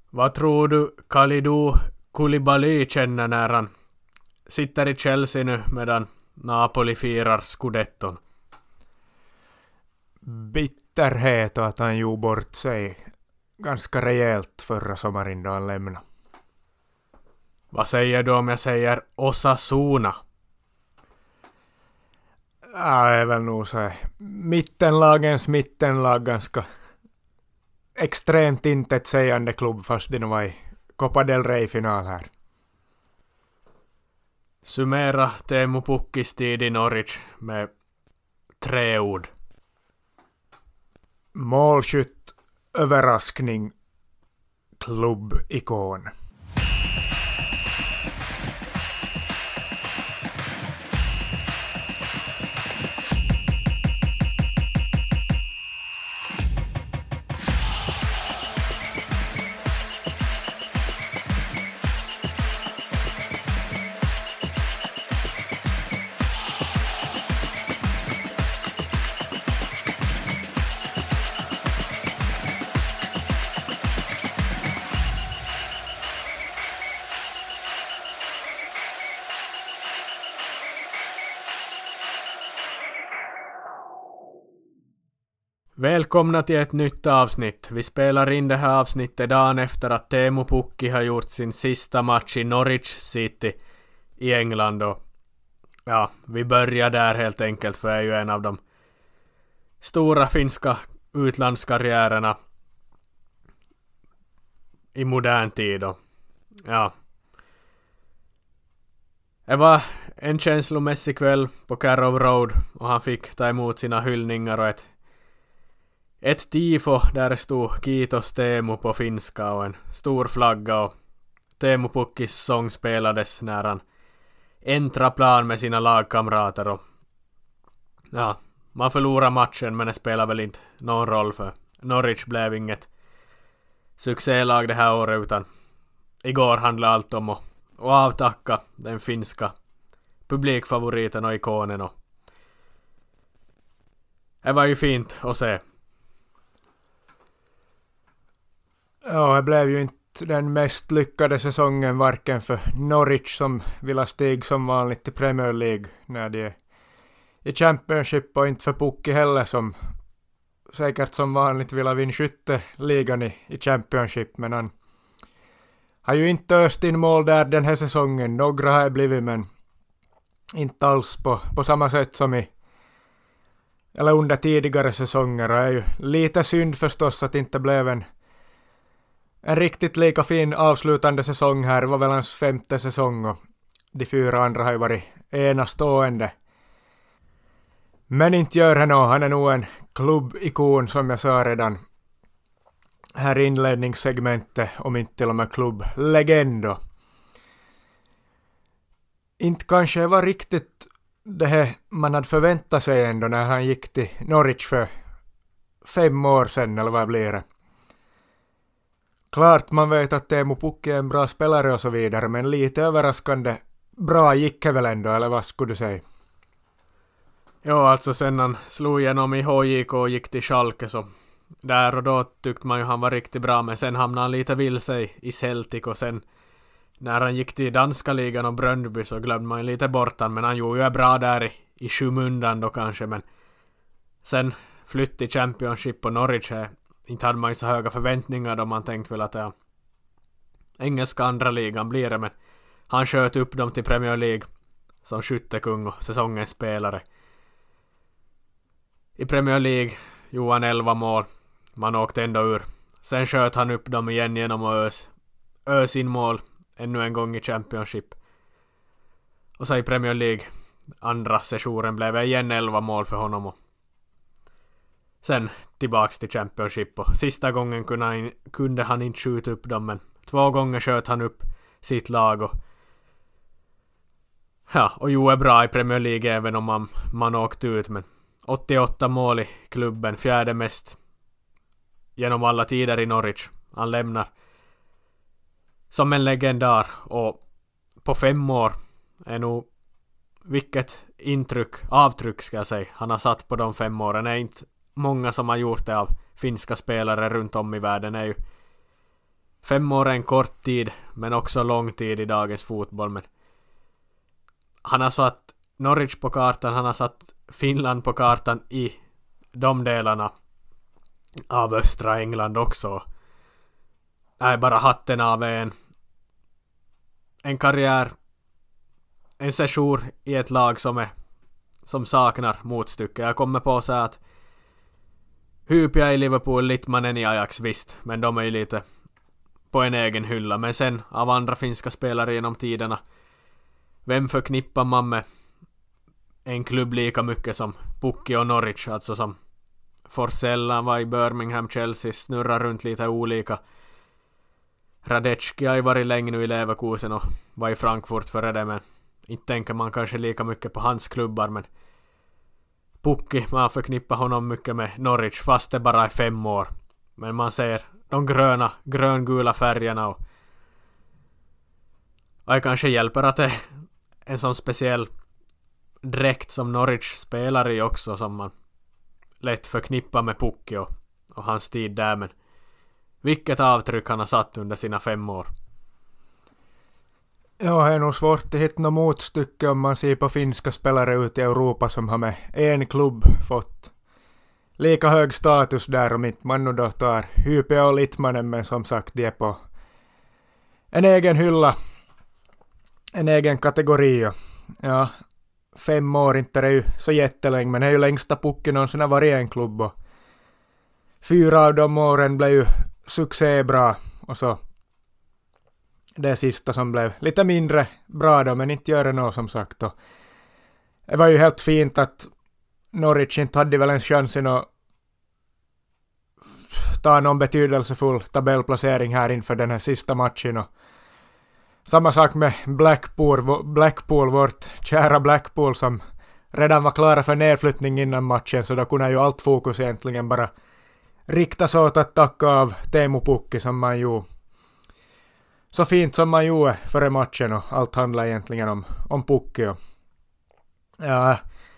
Vad tror du Kalidou Koulibaly känner när han sitter i Chelsea nu medan Napoli firar scudetton? Bitterhet och att han gjorde bort sig ganska rejält förra sommaren då han lämnade. Vad säger du om jag säger Osasuna? Ja, det är väl nog så mittenlagens mittenlag, ganska extremt intetsägande klubb fast det nog var i Copa del Rey-final här. Summera Teemu Pukkis tid i Norwich med 3 ord. Målskytt, överraskning, klubbikon. Välkomna till ett nytt avsnitt. Vi spelar in det här avsnittet dagen efter att Teemu Pukki har gjort sin sista match i Norwich City i England. Och ja, vi börjar där helt enkelt, för jag är ju en av de stora finska utlandskarriärerna i modern tid. Och ja, det var en känslomässig kväll på Carrow Road och han fick ta emot sina hyllningar och ett tifo där det stod Kiitos Teemu på finska och en stor flagga, och Teemu Pukkis sång spelades när han äntrade plan med sina lagkamrater. Och ja, man förlorade matchen, men det spelar väl inte någon roll, för Norwich blev inget succélag det här året, utan igår handlade allt om att avtacka den finska publikfavoriten och ikonen, och det var ju fint att se. Ja, det blev ju inte den mest lyckade säsongen varken för Norwich, som vill stiga som vanligt till Premier League när de är i Championship, och inte för Pukki heller, som säkert som vanligt vill vinna skytteligan i Championship, men han har ju inte öst in mål där den här säsongen. Några har blivit, men inte alls på samma sätt som eller under tidigare säsonger, och är ju lite synd förstås att det inte blev en riktigt lika fin avslutande säsong här. Det var väl hans 5:e säsong, och de 4 andra har ju varit enastående. Men inte gör han han är nog en klubbikon, som jag sa redan här i inledningssegmentet, om inte till och med klubblegend. Inte kanske var riktigt det här man hade förväntat sig ändå när han gick till Norwich för 5 år sedan, eller vad blir det? Klart man vet att Teemu Pukki är en bra spelare och så vidare, men lite överraskande bra gick det väl ändå, eller vad skulle du säga? Ja, alltså sen han slog igenom i HJK och gick till Schalke, så där och då tyckte man ju han var riktigt bra, men sen hamnade han lite vilse i Celtic, och sen när han gick till danska ligan och Brøndby så glömde man ju lite bort han, men han gjorde ju bra där i skymundan då kanske, men sen flytt till Championship på Norwich här. Inte hade man ju så höga förväntningar då, man tänkte väl att engelska andra ligan blir det, men han sköt upp dem till Premier League som skyttekung och säsongens spelare. I Premier League gjorde han 11 mål, man åkte ändå ur. Sen sköt han upp dem igen genom att ös in mål ännu en gång i Championship. Och så i Premier League andra sessionen blev det igen 11 mål för honom, och sen tillbaks till Championship, och sista gången kunde han inte skjuta upp dem, men 2 gånger sköt han upp sitt lag, och gjorde bra i Premier League även om man åkte ut, men 88 mål i klubben, 4:e mest genom alla tider i Norwich. Han lämnar som en legendar, och på 5 år är nog vilket avtryck ska jag säga han har satt på de 5 åren. Det är inte många som har gjort det av finska spelare runt om i världen. Det är ju 5 år är en kort tid, men också lång tid i dagens fotboll. Men han har satt Norwich på kartan, han har satt Finland på kartan i de delarna av östra England också. Nej, bara hatten av en karriär, en session i ett lag som saknar motstycke. Jag kommer på så att Hypia i Liverpool, Litmanen i Ajax, visst, men de är ju lite på en egen hylla. Men sen av andra finska spelare genom tiderna, vem förknippar man med en klubb lika mycket som Pukki och Norwich, alltså som Forsell var i Birmingham, Chelsea, snurrar runt lite olika. Radecki har ju varit länge nu i Leverkusen och var i Frankfurt före det, men inte tänker man kanske lika mycket på hans klubbar. Men Pukki, man förknippar honom mycket med Norwich fast det bara är 5 år. Men man ser de gröngula färgerna och det kanske hjälper att det är en sån speciell dräkt som Norwich spelar i också, som man lätt förknippar med Pukki och hans tid där. Men vilket avtryck han har satt under sina 5 år. Ja, det är nog svårt att hitta något motstycke om man ser på finska spelare ute i Europa som har med en klubb fått lika hög status där, om inte man nu då tar Hypia och Litmanen, men som sagt de är på en egen hylla, en egen kategori. Ja, 5 år inte är ju så jättelänge, men det är ju längsta Pukki någonsin har varit en klubb och 4 av de åren blev ju succébra och så det sista som blev lite mindre bra då, men inte gör det något som sagt. Och det var ju helt fint att Norwich inte hade väl en chans att ta någon betydelsefull tabellplacering här inför den här sista matchen. Och samma sak med Blackpool, vårt kära Blackpool som redan var klara för nedflyttning innan matchen, så då kunde ju allt fokus egentligen bara riktas åt att tacka av Teemu Pukki som man ju så fint som man gjorde före matchen, och allt handlar egentligen om Pukki. Ja,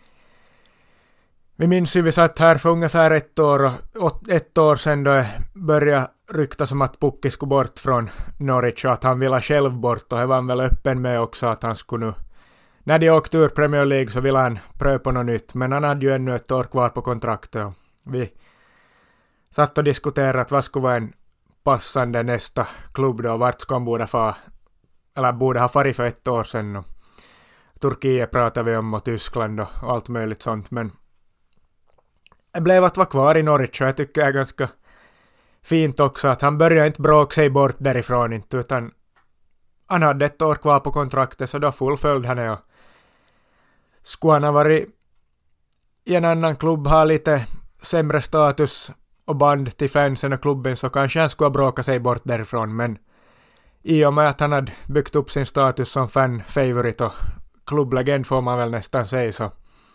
vi minns ju vi satt här för ungefär ett år sedan då det började ryktas om att Pukki skulle bort från Norwich och att han ville själv bort, och det var han väl öppen med också att han skulle nu, när de åkte ur Premier League så ville han pröva på något nytt, men han hade ju ännu ett år kvar på kontraktet och vi satt och diskuterade att vad skulle vara en passande nästa klubb då, vart ska han borde ha farit för 1 år sedan. Och Turkiet pratar vi om och Tyskland och allt möjligt sånt, men det blev att vara kvar i Norwich och jag tycker det är ganska fint också att han började inte bråka sig bort därifrån inte, utan han hade 1 år kvar på kontraktet, så då fullföljde han det. Och skulle han ha varit i en annan klubb, ha lite sämre status och band till fansen och klubben, så kanske han skulle ha bråkat sig bort därifrån, men i och med att han hade byggt upp sin status som fan-favorit och klubblegend får man väl nästan säga, så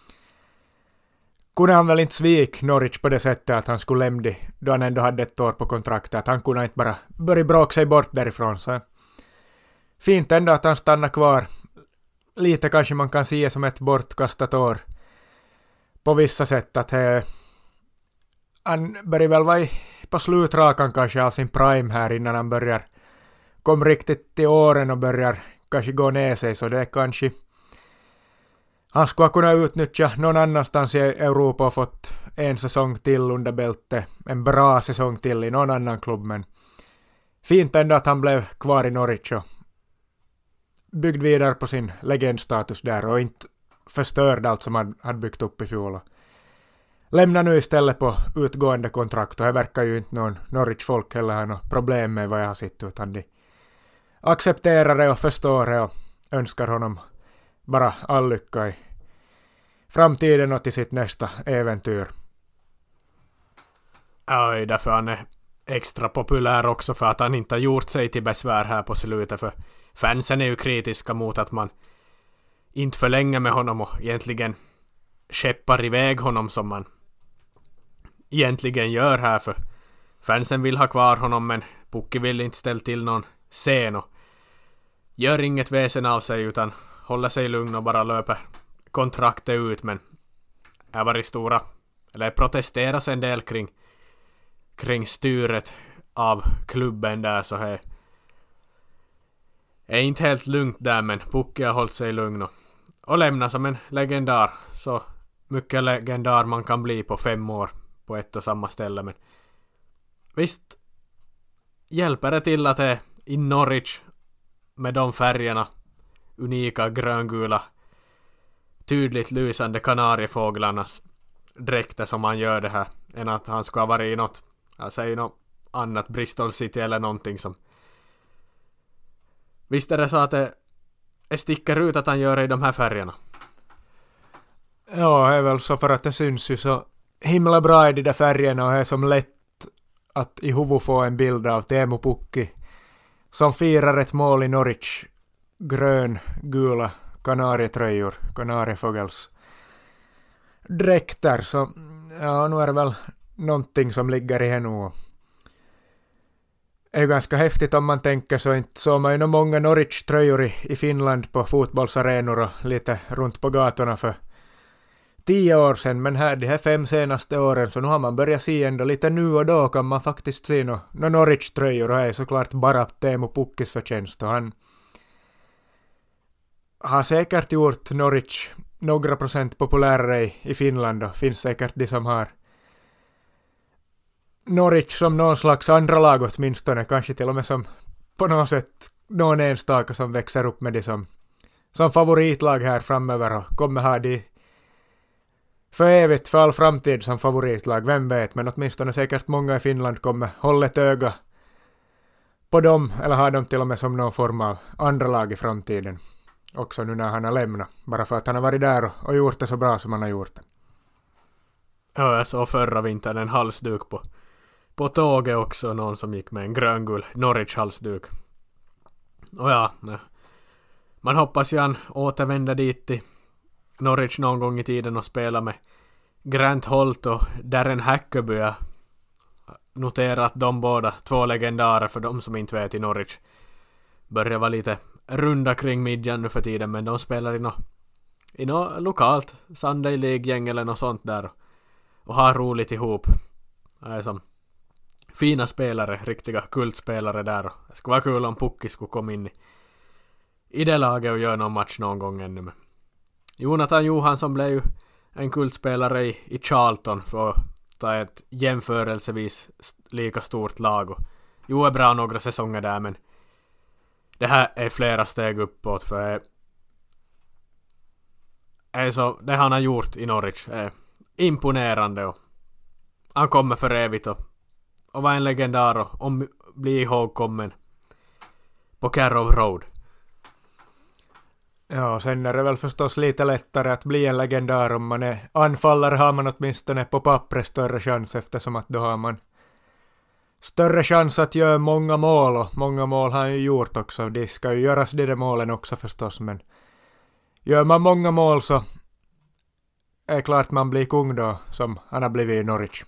kunde han väl inte svik Norwich på det sättet att han skulle lämna då han ändå hade 1 år på kontraktet, att han kunde inte bara börja bråka sig bort därifrån. Så fint ändå att han stannar kvar. Lite kanske man kan se som ett bortkastat år på vissa sätt, att han börjar väl vara på slutrakan kanske av sin prime här innan han kom riktigt till åren och börjar kanske gå ner sig, så det är kanske han skulle kunna utnyttja någon annanstans i Europa och fått en säsong till under bältet, en bra säsong till i någon annan klubb, men fint ändå att han blev kvar i Norwich och byggd vidare på sin legendstatus där och inte förstörde allt som han hade byggt upp i fjol. Lämnar nu istället på utgående kontrakt, och det verkar ju inte någon Norwich-folk heller ha något problem med vad jag har sett, utan de accepterar det och förstår det och önskar honom bara all lycka i framtiden och till sitt nästa äventyr. Ja, därför han är extra populär också, för att han inte har gjort sig till besvär här på slutet, för fansen är ju kritiska mot att man inte förlänger med honom och egentligen skeppar iväg honom som man egentligen gör här, för fansen vill ha kvar honom, men Pukki vill inte ställa till någon scen och gör inget väsen av sig utan håller sig lugn och bara löper kontraktet ut. Men jag var i protesteras en del kring styret av klubben där, så är inte helt lugnt där, men Pukki har hållit sig lugn och lämnar som en legendar. Så mycket legendar man kan bli på 5 år på ett och samma ställe. Men visst hjälper det till att det är i Norwich med de färgerna, unika gröngula, tydligt lysande kanariefåglarnas dräkter som han gör det här, än att han ska ha varit i något, jag säger något annat, Bristol City eller någonting som... Visst är det så att det sticker ut att han gör det i de här färgerna? Ja, det är väl så för att det syns ju så himla bra i de där färgerna och är som lätt att i huvud få en bild av Teemu Pukki som firar ett mål i Norwich, grön-gula kanarietröjor, kanariefågels dräkter, så ja, nu är det väl någonting som ligger i henne. Det är ju ganska häftigt om man tänker så. Inte så man ju många Norwich-tröjor i Finland på fotbollsarenor och lite runt på gatorna för 10 år sedan, men här de här 5 senaste åren så nu har man börjat se ändå lite nu och då kan man faktiskt se några Norwich-tröjor, och det är såklart bara Teemu Pukkis förtjänst, och han har säkert gjort Norwich några procent populärare i Finland, och finns säkert de som har Norwich som någon slags andra lag åtminstone, kanske till och med som på något sätt någon enstaka som växer upp med det som favoritlag här framöver och kommer ha de för evigt, för all framtid som favoritlag, vem vet, men åtminstone säkert många i Finland kommer hålla ett öga på dem, eller ha dem till och med som någon form av andra lag i framtiden, också nu när han har lämnat, bara för att han har varit där och gjort det så bra som han har gjort det. Ja, jag såg förra vintern en halsduk på tåget också, någon som gick med en gröngul Norwich-halsduk. Och ja, man hoppas ju han återvänder dit till Norwich någon gång i tiden och spela med Grant Holt och Darren Hackeby. Jag noterar att de båda, 2 legendarer för de som inte vet i Norwich, börjar vara lite runda kring midjan nu för tiden, men de spelar i något lokalt Sunday League-gäng eller något sånt där och har roligt ihop. Det är som fina spelare, riktiga kultspelare där, och det skulle vara kul om Pukki skulle komma in i det laget och göra någon match någon gång ännu. Men Jonathan Johansson blev ju en kultspelare i Charlton, för att ta ett jämförelsevis lika stort lag, och jo är bra några säsonger där, men det här är flera steg uppåt, för så det han har gjort i Norwich är imponerande, och han kommer för evigt och var en legendar och bli ihågkommen på Carrow Road. Ja, sen är det väl förstås lite lättare att bli en legendar om man är anfallare, har man åtminstone på pappret större chans, eftersom att då har man större chans att göra många mål, och många mål har han ju gjort också. Det ska ju göras de där målen också förstås, men gör man många mål så är klart man blir kung då, som han har blivit i Norwich.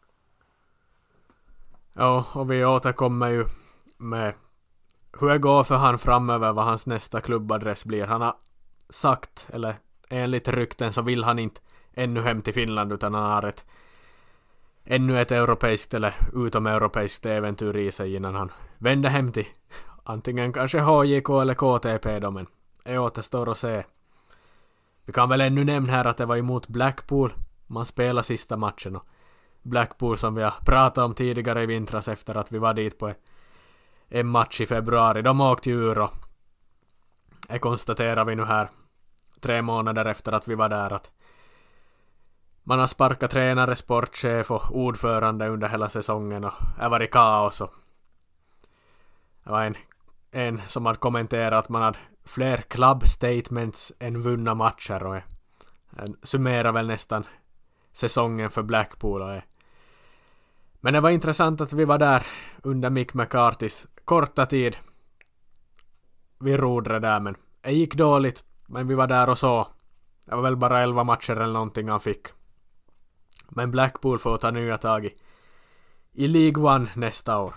Ja, och vi återkommer ju med hur det går för han framöver, vad hans nästa klubbadress blir. Han har sagt, eller enligt rykten så vill han inte ännu hem till Finland, utan han har ännu ett europeiskt eller utomeuropeiskt äventyr i sig innan han vänder hem till antingen kanske HJK eller KTP då, men det återstår att se. Vi kan väl ännu nämna här att det var emot Blackpool man spelade sista matchen, och Blackpool som vi har pratat om tidigare i vintras efter att vi var dit på en match i februari. De åkte ur, och det konstaterar vi nu här 3 månader efter att vi var där, att man har sparkat tränare, sportchef och ordförande under hela säsongen, och det var i kaos. Och det var en som hade kommenterat att man hade fler club statements än vunna matcher, och summerar väl nästan säsongen för Blackpool. Men det var intressant att vi var där under Mick McCarthys korta tid. Vi rodde där, men det gick dåligt, men vi var där och så. Det var väl bara 11 matcher eller någonting han fick. Men Blackpool får ta nya tag i League 1 nästa år.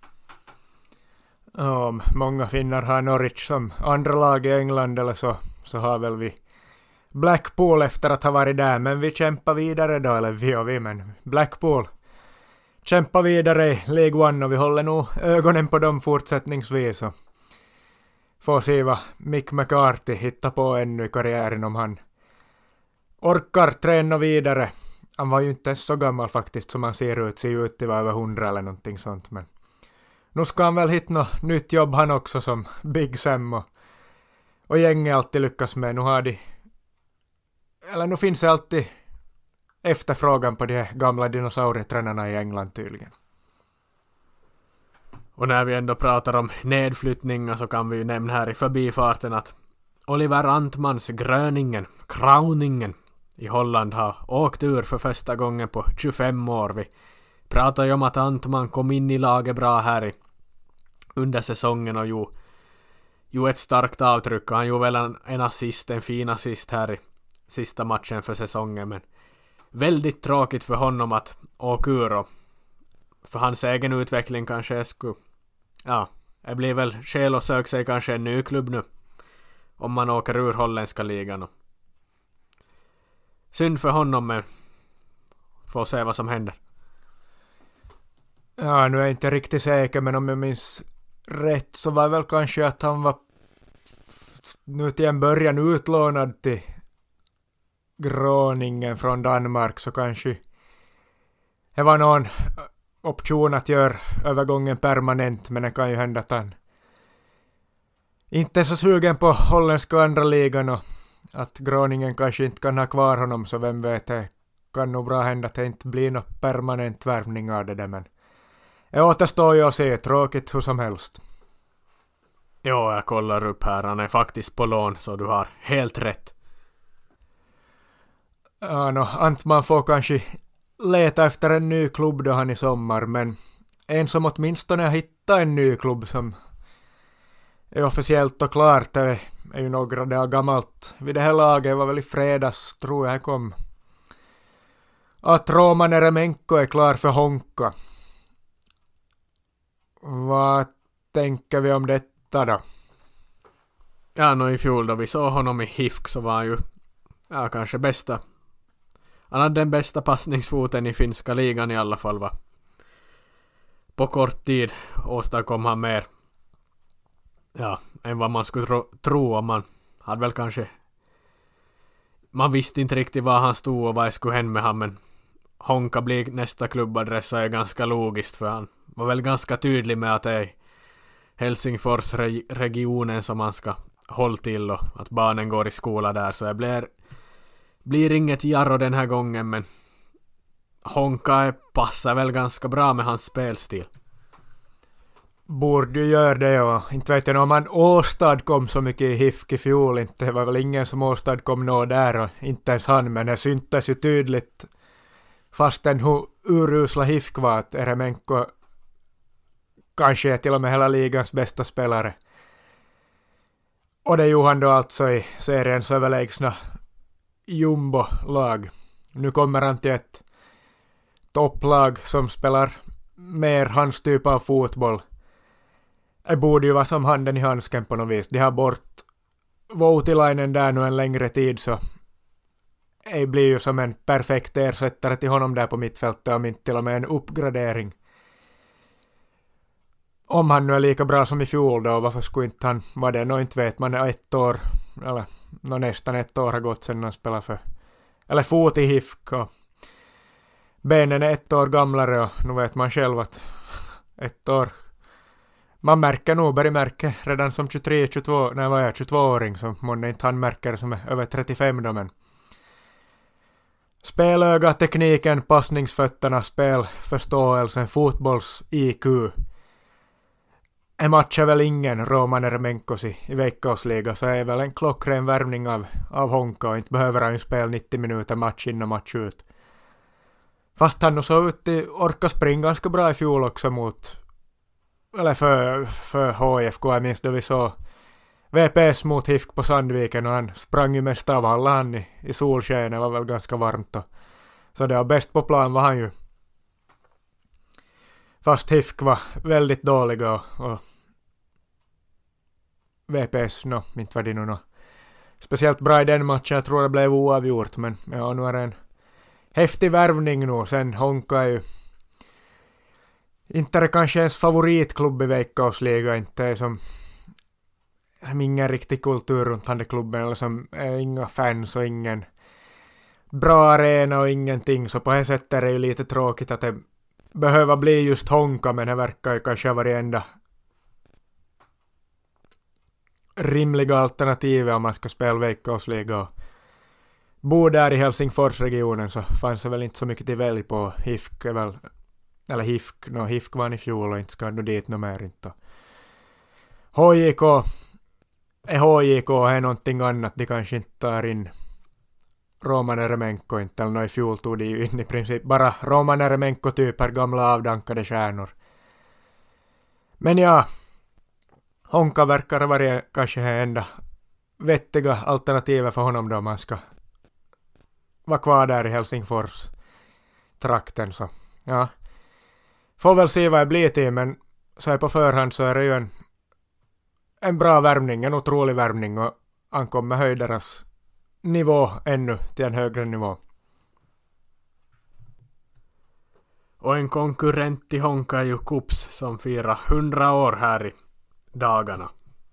Om många finnar har Norwich som andra lag i England eller så har väl vi Blackpool efter att ha varit där, men vi kämpar vidare då, eller vi men Blackpool kämpa vidare i League One och vi håller nog ögonen på dem fortsättningsvis och får se vad Mick McCarthy hittar på ännu i karriären om han orkar träna vidare. Han var ju inte så gammal faktiskt som han ser ut till var över 100 eller någonting sånt, men nu ska han väl hitta något nytt jobb han också som Big Sam och gänget alltid lyckas med. Nu finns det alltid efterfrågan på de gamla dinosaurietränarna i England tydligen. Och när vi ändå pratar om nedflyttningar så kan vi ju nämna här i förbifarten att Oliver Antmans Groningen i Holland har åkt ur för första gången på 25 år. Vi pratar ju om att Antman kom in i laget bra här under säsongen och gjorde ett starkt avtryck. Och han gjorde väl en fin assist här i sista matchen för säsongen. Men väldigt tråkigt för honom att åka ur och för hans egen utveckling kanske det blir väl skäl att söka sig kanske en ny klubb nu om man åker ur holländska ligan. Synd för honom, men får se vad som händer. Ja, nu är jag inte riktigt säker, men om jag minns rätt så var väl kanske att han var nu till en början utlånad till Groningen från Danmark, så kanske det var någon option att göra övergången permanent, men det kan ju hända att han inte är så sugen på holländska andra ligan och att Groningen kanske inte kan ha kvar honom, så vem vet, det kan nog bra hända att det inte blir någon permanent värvning av det där, men det återstår ju att se, tråkigt hur som helst. Ja, jag kollar upp här, han är faktiskt på lån, så du har helt rätt. Ja, Antman får kanske leta efter en ny klubb då han i sommar, men en som åtminstone har hittat en ny klubb som är officiellt och klart är ju några dagar gammalt. Vid det här laget var väl i fredags, tror jag kom, att Roman Eremenko är klar för Honka. Vad tänker vi om detta då? Ja, i fjol då vi såg honom i HIFK så var han ju kanske bästa. Han hade den bästa passningsfoten i finska ligan i alla fall, va? På kort tid åstadkom han mer än vad man skulle tro, om man hade väl kanske, man visste inte riktigt var han stod och vad det skulle hända med han, men Honka blir nästa klubbadress och är ganska logiskt, för han var väl ganska tydlig med att det är Helsingfors-regionen som man ska hålla till och att barnen går i skola där, så det blir inget Jarro den här gången, men Honka passar väl ganska bra med hans spelstil. Borde ju göra det, och inte vet jag om han åstadkom så mycket i HIFK i fjol, inte. Det var väl ingen som åstadkom något där, och inte ens han, men det syntes ju tydligt fastän hur urusla HIFK var att Eremenko kanske är till och med hela ligans bästa spelare. Och det gjorde han då alltså i seriens överlägsna jumbo-lag. Nu kommer han till ett topplag som spelar mer hans typ av fotboll. Det borde ju vara som handen i handsken på något vis. De har bort Voutilainen där nu en längre tid, så det blir ju som en perfekt ersättare till honom där på mittfältet, om inte till och med en uppgradering. Om han nu är lika bra som i fjol då, varför skulle inte han vara det? Inte vet man, ett år, eller nästan ett år har gått sedan han spelade för, eller fot i HIFK, och benen är ett år gamlare, och nu vet man själv att ett år, man märker nog, Berg märker redan som 22-åring, så månne inte han märker som är över 35 då, men spelöga, tekniken, passningsfötterna, spelförståelsen, fotbolls-IQ. En match är väl ingen Roman Eremenkos i Veikkausliga, så är väl en klockren värvning av Honka, och inte behöver han ju spela 90 minuter match in och match ut. Fast han såg ut i orka springa ganska bra i fjol också för HFK. Jag minns då vi såg VPS mot HIFK på Sandviken, och han sprang ju mest av alla, han i solskenet, var väl ganska varmt, så det var bäst på plan var han ju. Fast HIFK var väldigt dåliga, och VPS, inte var det nog speciellt bra i den matchen. Jag tror det blev oavgjort, men ja, nu är det en häftig värvning nu. Sen Honka är ju inte är det kanske ens favoritklubb i Veikkausliga, inte är som ingen riktig kultur runt den klubben, eller som är inga fans och ingen bra arena och ingenting, så på det sättet är det ju lite tråkigt att det behöver bli just Honka, men det verkar ju kanske ha varit enda rimliga alternativet om man ska spela Veikkausliga och bo där i Helsingforsregionen, så fanns det väl inte så mycket till välj på. HIFK är väl, eller HIFK vann i fjol och inte ska ändå dit något mer inte. HJK är någonting annat, de kanske inte tar in Roman Eremenko inte, eller i fjol tog de ju in i princip bara Roman Eremenko-typer, gamla avdankade stjärnor. Men ja, Honka verkar vara kanske det enda vettiga alternativet för honom då man ska vara kvar där i Helsingfors trakten, så ja. Får väl se vad det blir till, men så här på förhand så är det ju en bra värvning, en otrolig värvning, och han kommer höja deras nivå ännu till en högre nivå. Och en konkurrent till Honka är ju Kups som firar 100 år här i dagarna.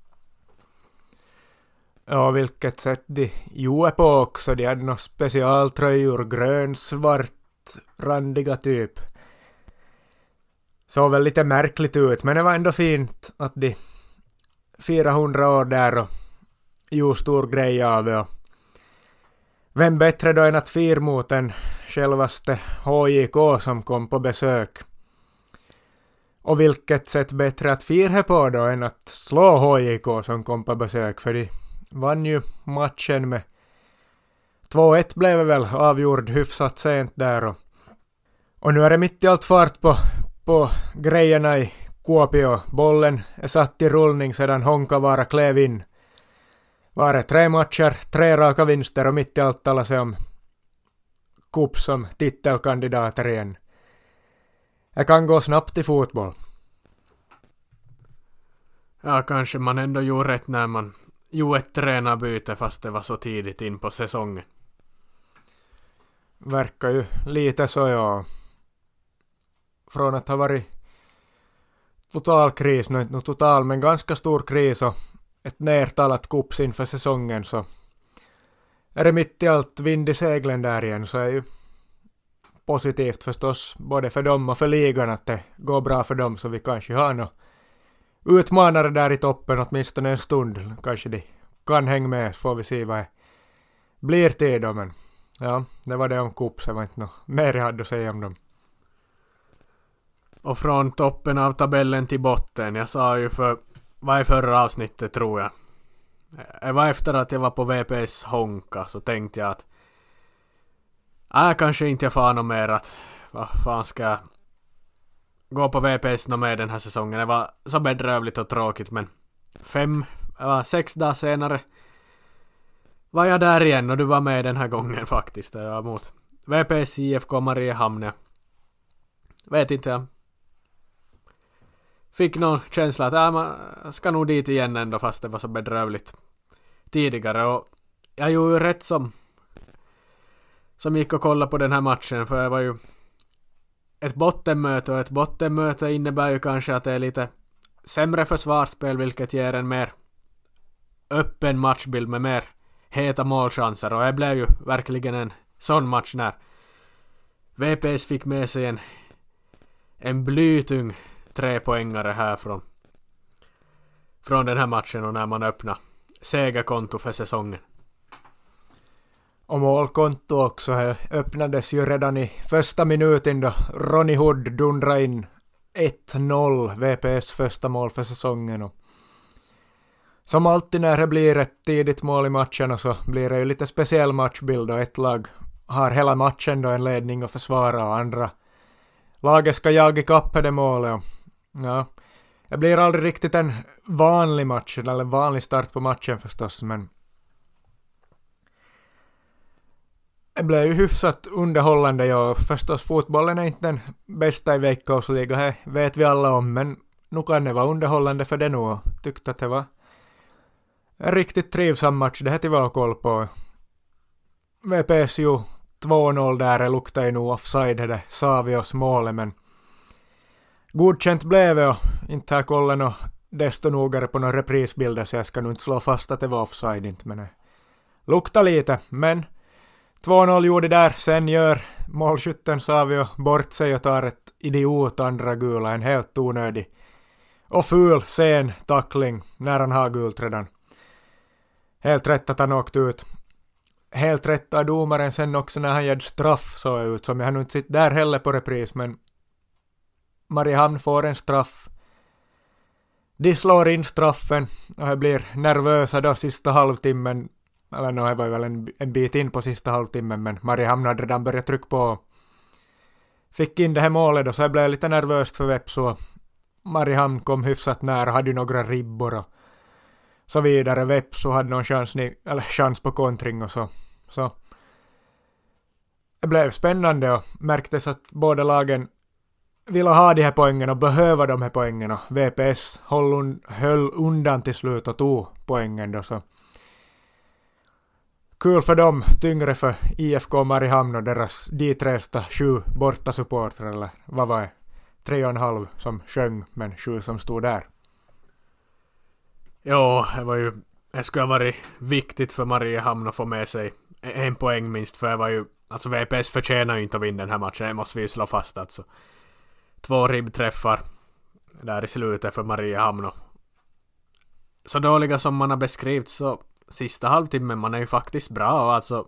Ja, vilket sätt de är på också. De hade några specialtröjor, grön-svart randiga typ. Såg väl lite märkligt ut, men det var ändå fint att de firar 100 år där och gjorde stor grej av det. Vem bättre då än att fira mot en självaste HJK som kom på besök. Och vilket sätt bättre att fira på då än att slå HJK som kom på besök, för de vann ju matchen med 2-1, blev väl avgjord hyfsat sent där. Och nu är det mitt i allt fart på grejerna i Kuopio. Bollen är satt i rullning sedan Honkavaara klev in. Var det 3 matcher, 3 raka vinster, och mitt i allt talar sig om Kup som titelkandidater igen. Det kan gå snabbt i fotboll. Ja, kanske man ändå gjorde rätt när man gjorde ett tränarbyte fast det var så tidigt in på säsongen. Verkar ju lite så, ja. Från att ha varit total kris, nu inte total men ganska stor kris och ett nertalat Kups inför säsongen, så är det mitt i allt vind i seglen där igen, så är ju positivt förstås både för dem och för ligan att det går bra för dem, så vi kanske har några utmanare där i toppen åtminstone en stund. Kanske de kan hänga med, så får vi se vad det blir till då, men ja, det var det om Kups, det var inte något mer jag hade att säga om dem. Och från toppen av tabellen till botten, jag sa ju var i förra avsnittet tror jag. Det var efter att jag var på VPS Honka, så tänkte jag att kanske inte jag får något mer, att vad fan ska jag gå på VPS något mer den här säsongen. Det var så bedrövligt och tråkigt, men 6 dagar senare var jag där igen och du var med den här gången faktiskt. Det var mot VPS IFK Mariehamn. Vet inte, jag fick någon känsla att man ska nog dit igen ändå fast det var så bedrövligt tidigare, och jag gjorde ju rätt som gick och kollade på den här matchen, för det var ju ett bottenmöte, och ett bottenmöte innebär ju kanske att det är lite sämre försvarsspel, vilket ger en mer öppen matchbild med mer heta målchanser, och det blev ju verkligen en sån match när VPS fick med sig en blytung 3-poängare här från den här matchen, och när man öppnar segerkonto för säsongen. Och målkonto också öppnades ju redan i första minuten då Ronny Hood dundrade in 1-0, VPS första mål för säsongen. Och som alltid när det blir ett tidigt mål i matchen, så blir det ju lite speciell matchbild, och ett lag har hela matchen då en ledning att försvara och andra laget ska jaga ikapp det målet. Och ja, det blir aldrig riktigt en vanlig match eller en vanlig start på matchen förstås, men det blev ju hyfsat underhållande. Ja, förstås fotbollen är inte den bästa i Veikkausliga, det vet vi alla om, men nu kan det vara underhållande för det nu. Tyckte att det var en riktigt trivsam match, det här till var koll på. VPS ju 2-0 där, det luktar ju nog offside, det sa vi oss målet, men godkänt blev det och inte har kollat något desto nogare på några reprisbilder så jag ska nog inte slå fast att det var offside inte, men lukta lite. Men 2-0 gjorde där, sen gör målskytten Savio bort sig och tar ett idiot andra gula, en helt onödig och ful sen tackling när han har gult redan. Helt rätt att han åkt ut. Helt rätt av domaren sen också när han gjorde straff så ut, som jag har nog inte sitt där heller på repris, men Mariehamn får en straff. De slår in straffen och jag blir nervösa då sista halvtimmen, eller det var väl en bit in på sista halvtimmen, men Mariehamn hade redan börjat trycka på. Fick in det här målet då, så jag blev lite nervöst för Vepsu. Mariehamn kom hyfsat nära, hade ju några ribbor och så vidare. Vepsu hade någon chans på kontring och så. Det blev spännande och märktes att båda lagen ville ha de här poängen och behöva de här poängen och VPS höll undan till slut och tog poängen då, så kul för dem, tyngre för IFK Mariehamn och deras ditresta 7 borta supportrar, eller vad var det? 3,5 som sjöng men 7 som stod där. Ja, det skulle ha varit viktigt för Mariehamn att få med sig en poäng minst, för det var ju, alltså VPS förtjänar ju inte att vinna den här matchen, det måste vi slå fast alltså. 2 ribbträffar där i slutet för Mariehamn och så dåliga som man har beskrivit, så sista halvtimmen man är ju faktiskt bra och alltså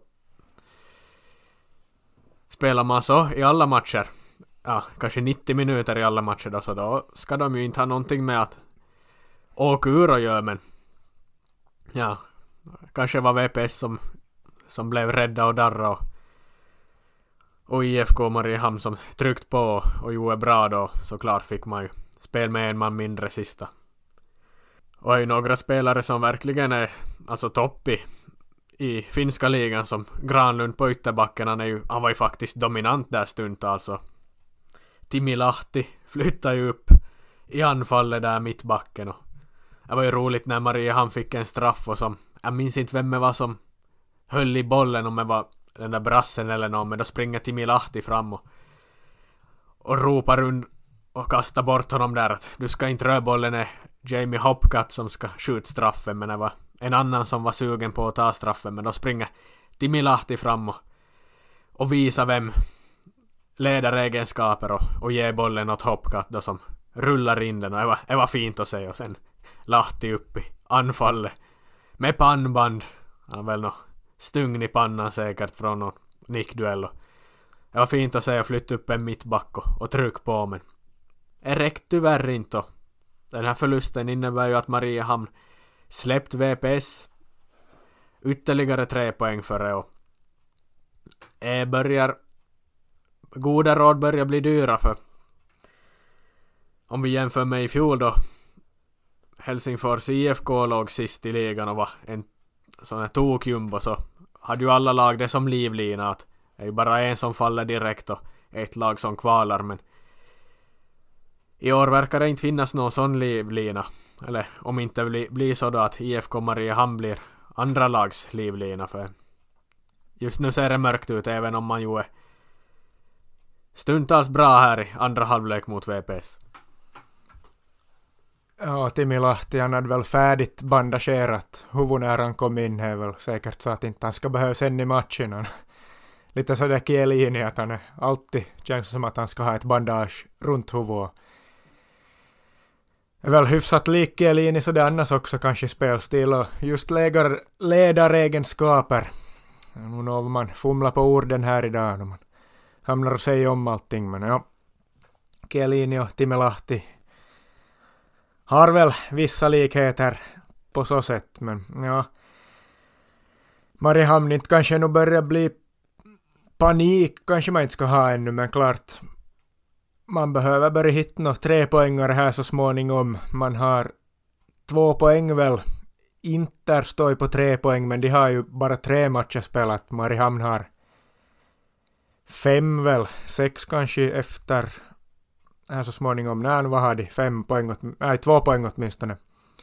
spelar man så i alla matcher, ja, kanske 90 minuter i alla matcher då, så då ska de ju inte ha någonting med att åka ur och göra, men ja, kanske var VPS som blev rädda och darra och IFK Mariehamn som tryckt på och gjorde bra då, såklart fick man ju spel med en man mindre sista. Och är ju några spelare som verkligen är alltså topp i finska ligan, som Granlund på ytterbacken, han var ju faktiskt dominant där stund alltså. Timi Lahti flyttade ju upp i anfallet där mittbacken och det var ju roligt när Mariehamn fick en straff och som, jag minns inte vem det var som höll i bollen, om det var den där brassen eller någon, men då springer Timi Lahti fram och ropar rund och kastar bort honom där att du ska inte röra bollen, är Jamie Hopcat som ska skjuta straffen, men det var en annan som var sugen på att ta straffen, men då springer Timi Lahti fram och visar vem ledaregenskaper och ger bollen åt Hopcat då, som rullar in den, och det var fint att se. Och sen Lahti upp i anfallet med pannband, han har väl stugn i pannan säkert från någon nickduell. Det var fint att se och flytta upp en mittback och tryck på, men det räckte tyvärr inte. Den här förlusten innebär ju att Mariehamn släppt VPS ytterligare 3 poäng före och goda råd börjar bli dyra, för om vi jämför med i fjol då Helsingfors IFK låg sist i ligan och var en sån här tokjumbo, så hade ju alla lag det som livlina, att det är ju bara en som faller direkt och ett lag som kvalar, men i år verkar det inte finnas någon sån livlina, eller om inte blir så då att IFK Mariehamn blir andra lags livlina, för just nu ser det mörkt ut, även om man ju är stundtals bra här i andra halvlek mot VPS. Ja, Timi Lahti, han hade väl färdigt bandagerat huvud när han kom in, är väl säkert så att inte han ska behöva sen i matchen. Lite sådär Chiellini, att han alltid känns som att han ska ha ett bandage runt huvudet. Är väl hyfsat lik Chiellini så det annars också kanske spelstil och just ledaregenskaper. Nu når man fumla på orden här idag när man hamnar och säger om allting, men ja, Chiellini och Timi Lahti har väl vissa likheter på så sätt, men ja, Mariehamn inte kanske nog börjar bli panik, kanske man inte ska ha ännu, men klart man behöver börja hitta några 3 poängare här så småningom. Man har 2 poäng väl, Inter står på 3 poäng, men de har ju bara 3 matcher spelat. Mariehamn har 5 väl, 6 kanske efter här så småningom. Nej, vad har de? 2 poäng åtminstone.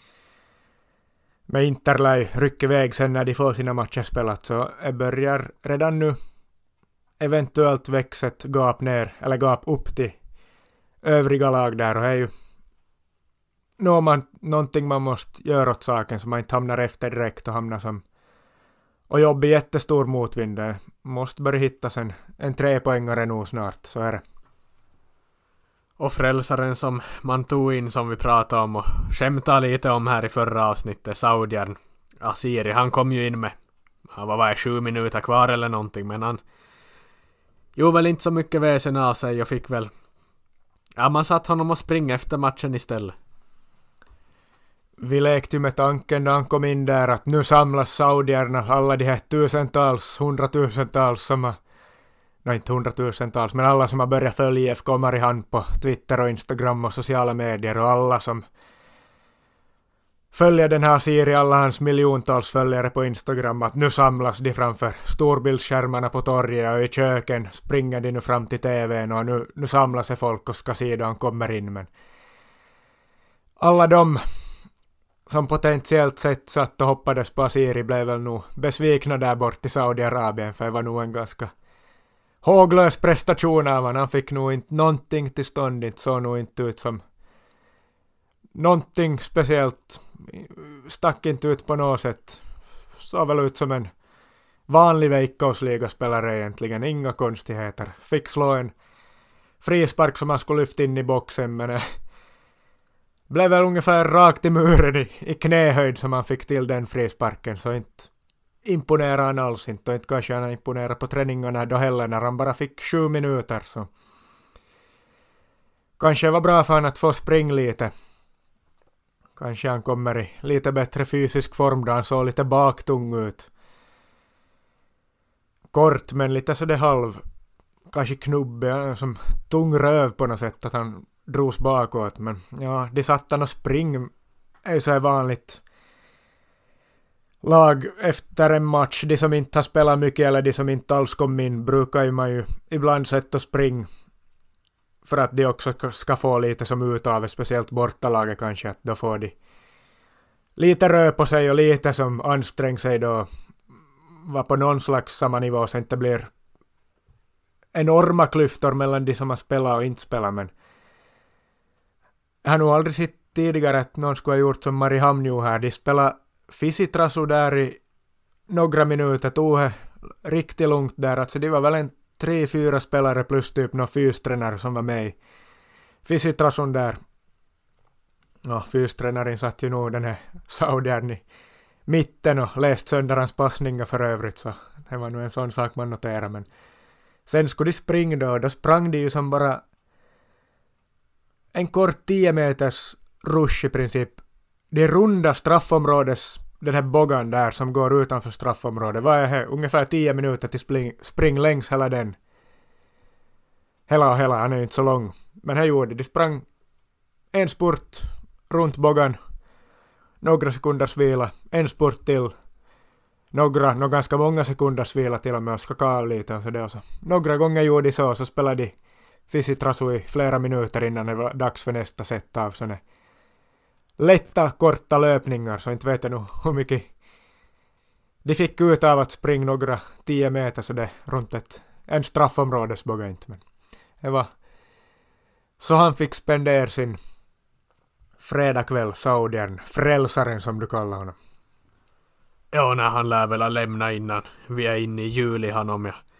Men Inter lär rycka iväg sen när de får sina matcher spelat, så det börjar redan nu eventuellt växa ett gap ner, eller gap upp till övriga lag där, och det är ju någonting man måste göra åt saken så man inte hamnar efter direkt och hamnar som och jobbar jättestor motvind. Det måste börja hitta sen en 3-poängare nog snart, så är det. Och frälsaren som man tog in, som vi pratade om och skämtade lite om här i förra avsnittet, Saudiern Asiri, han kom ju in med, han var 7 minuter kvar eller någonting, men han gjorde väl inte så mycket väsen av sig och fick väl, ja, man satt honom och springa efter matchen istället. Vi lekte ju med tanken när han kom in där att nu samlas saudierna, alla de här tusentals, hundratusentals som har, inte hundratusentals, men alla som har börjat följa IFK Mariehamn på Twitter och Instagram och sociala medier, och alla som följer den här Siri, alla hans miljontals följare på Instagram, att nu samlas de framför storbildsskärmarna på torget och i köken springer de nu fram till tvn och nu samlas sig folk och ska se då han kommer in. Men alla de som potentiellt sett satt och hoppades på Asiri blev väl nog besvikna där bort i Saudiarabien, för det var nog en ganska håglös prestation av han fick nog inte någonting till stånd, inte så nog inte ut som någonting speciellt, stack inte ut på något sätt, såg väl ut som en vanlig Veikkausligaspelare egentligen, inga konstigheter, fick slå en frispark som han skulle lyfta in i boxen, men blev väl ungefär rakt i muren i knähöjd som han fick till den frisparken, så inte imponerar han alls inte, och inte kanske han imponerar på träningarna då heller när han bara fick 7 minuter, så kanske var bra för han att få spring lite. Kanske han kommer i lite bättre fysisk form då han såg lite baktung ut. Kort men lite så det halv, kanske knubbe, som tung röv på något sätt att han drogs bakåt, men ja, de satt han och spring är ju så här vanligt lag efter en match. De som inte har spelat mycket eller de som inte alls kom in brukar ju man ju ibland sätta och spring för att de också ska få lite som ut av, speciellt bortalaget kanske, att då får de lite rö på sig och lite som ansträng sig då var på någon slags samma nivå så inte blir enorma klyftor mellan de som har spelat och inte spelat. Men jag har nog aldrig sett tidigare att någon skulle ha gjort som Mariehamn nu här. De spelade Fisitrasu där i några minuter, tog det riktigt lugnt där. Alltså det var väl en 3-4 spelare plus typ någon fystränare som var med i Fisitrasun där. Ja, fystränaren satt ju nog den här Saudiern i mitten och läst sönder hans passningar för övrigt, så det var nog en sån sak man noterar. Men sen skulle de springa då sprang de ju som bara en kort 10 meters rush i princip. Det runda straffområdes, den här bogan där som går utanför straffområdet, var det ungefär 10 minuter till spring längs hela den. Hela, han är ju inte så lång. Men här gjorde de sprang en spurt runt bogan, några sekunders vila, en spurt till, ganska många sekunders vila till och med, och skaka lite och så det. Och så några gånger gjorde de så spelade de Fisitrasu i flera minuter innan det var dags för nästa set av såna lätta, korta löpningar, så inte vet jag nog hur mycket de fick ut av att springa några 10 meter så det runt en straffområdesboga inte, men det var så han fick spendera sin fredagkväll, Saudiern, frälsaren som du kallar honom. Ja, när han lär väl lämna innan vi är inne i juli, han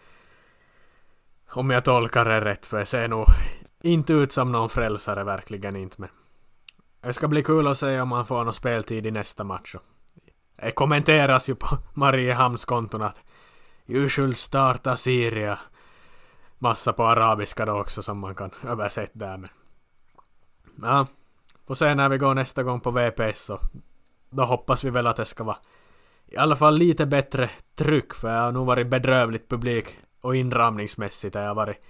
om jag tolkar det rätt, för jag ser nog inte ut som någon frälsare, verkligen inte. Men det ska bli kul att se om han får någon speltid i nästa match. Det kommenteras ju på Mariehamns konton att usual starta Syria. Massa på arabiska då också som man kan översätta där. Men ja, får se när vi går nästa gång på VPS, så då hoppas vi väl att det ska vara i alla fall lite bättre tryck, för jag har nog varit bedrövligt publik och inramningsmässigt har jag varit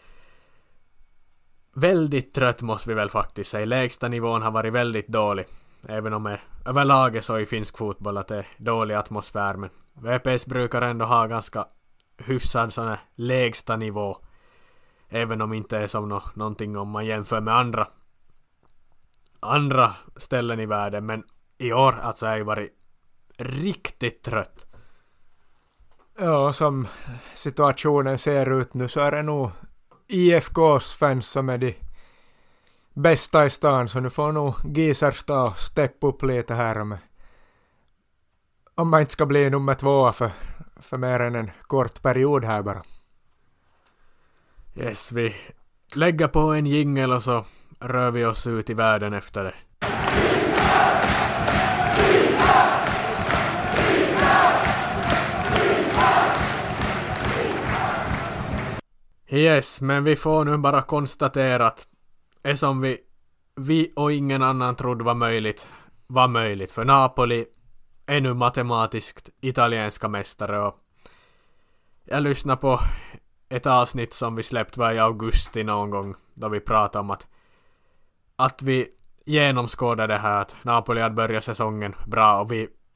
väldigt trött, måste vi väl faktiskt säga. Lägsta nivån har varit väldigt dålig, även om det överlag är så i finsk fotboll att det är dålig atmosfär, men VPS brukar ändå ha ganska hyfsad sån här lägsta nivå, även om inte är som någonting om man jämför med andra ställen i världen. Men i år alltså har jag varit riktigt trött. Ja, som situationen ser ut nu så är det nog IFKs fans som är de bästa i stan, så nu får nog Giserstad steppa upp lite här om man inte ska bli nummer 2 för mer än en kort period här bara. Yes, vi lägger på en jingle och så rör vi oss ut i världen efter det. Yes, men vi får nu bara konstatera att det som vi och ingen annan trodde var möjligt. För Napoli är nu matematiskt italienska mästare, och jag lyssnade på ett avsnitt som vi släppt var i augusti någon gång, då vi pratade om att vi genomskådade det här, att Napoli hade börjat säsongen bra, och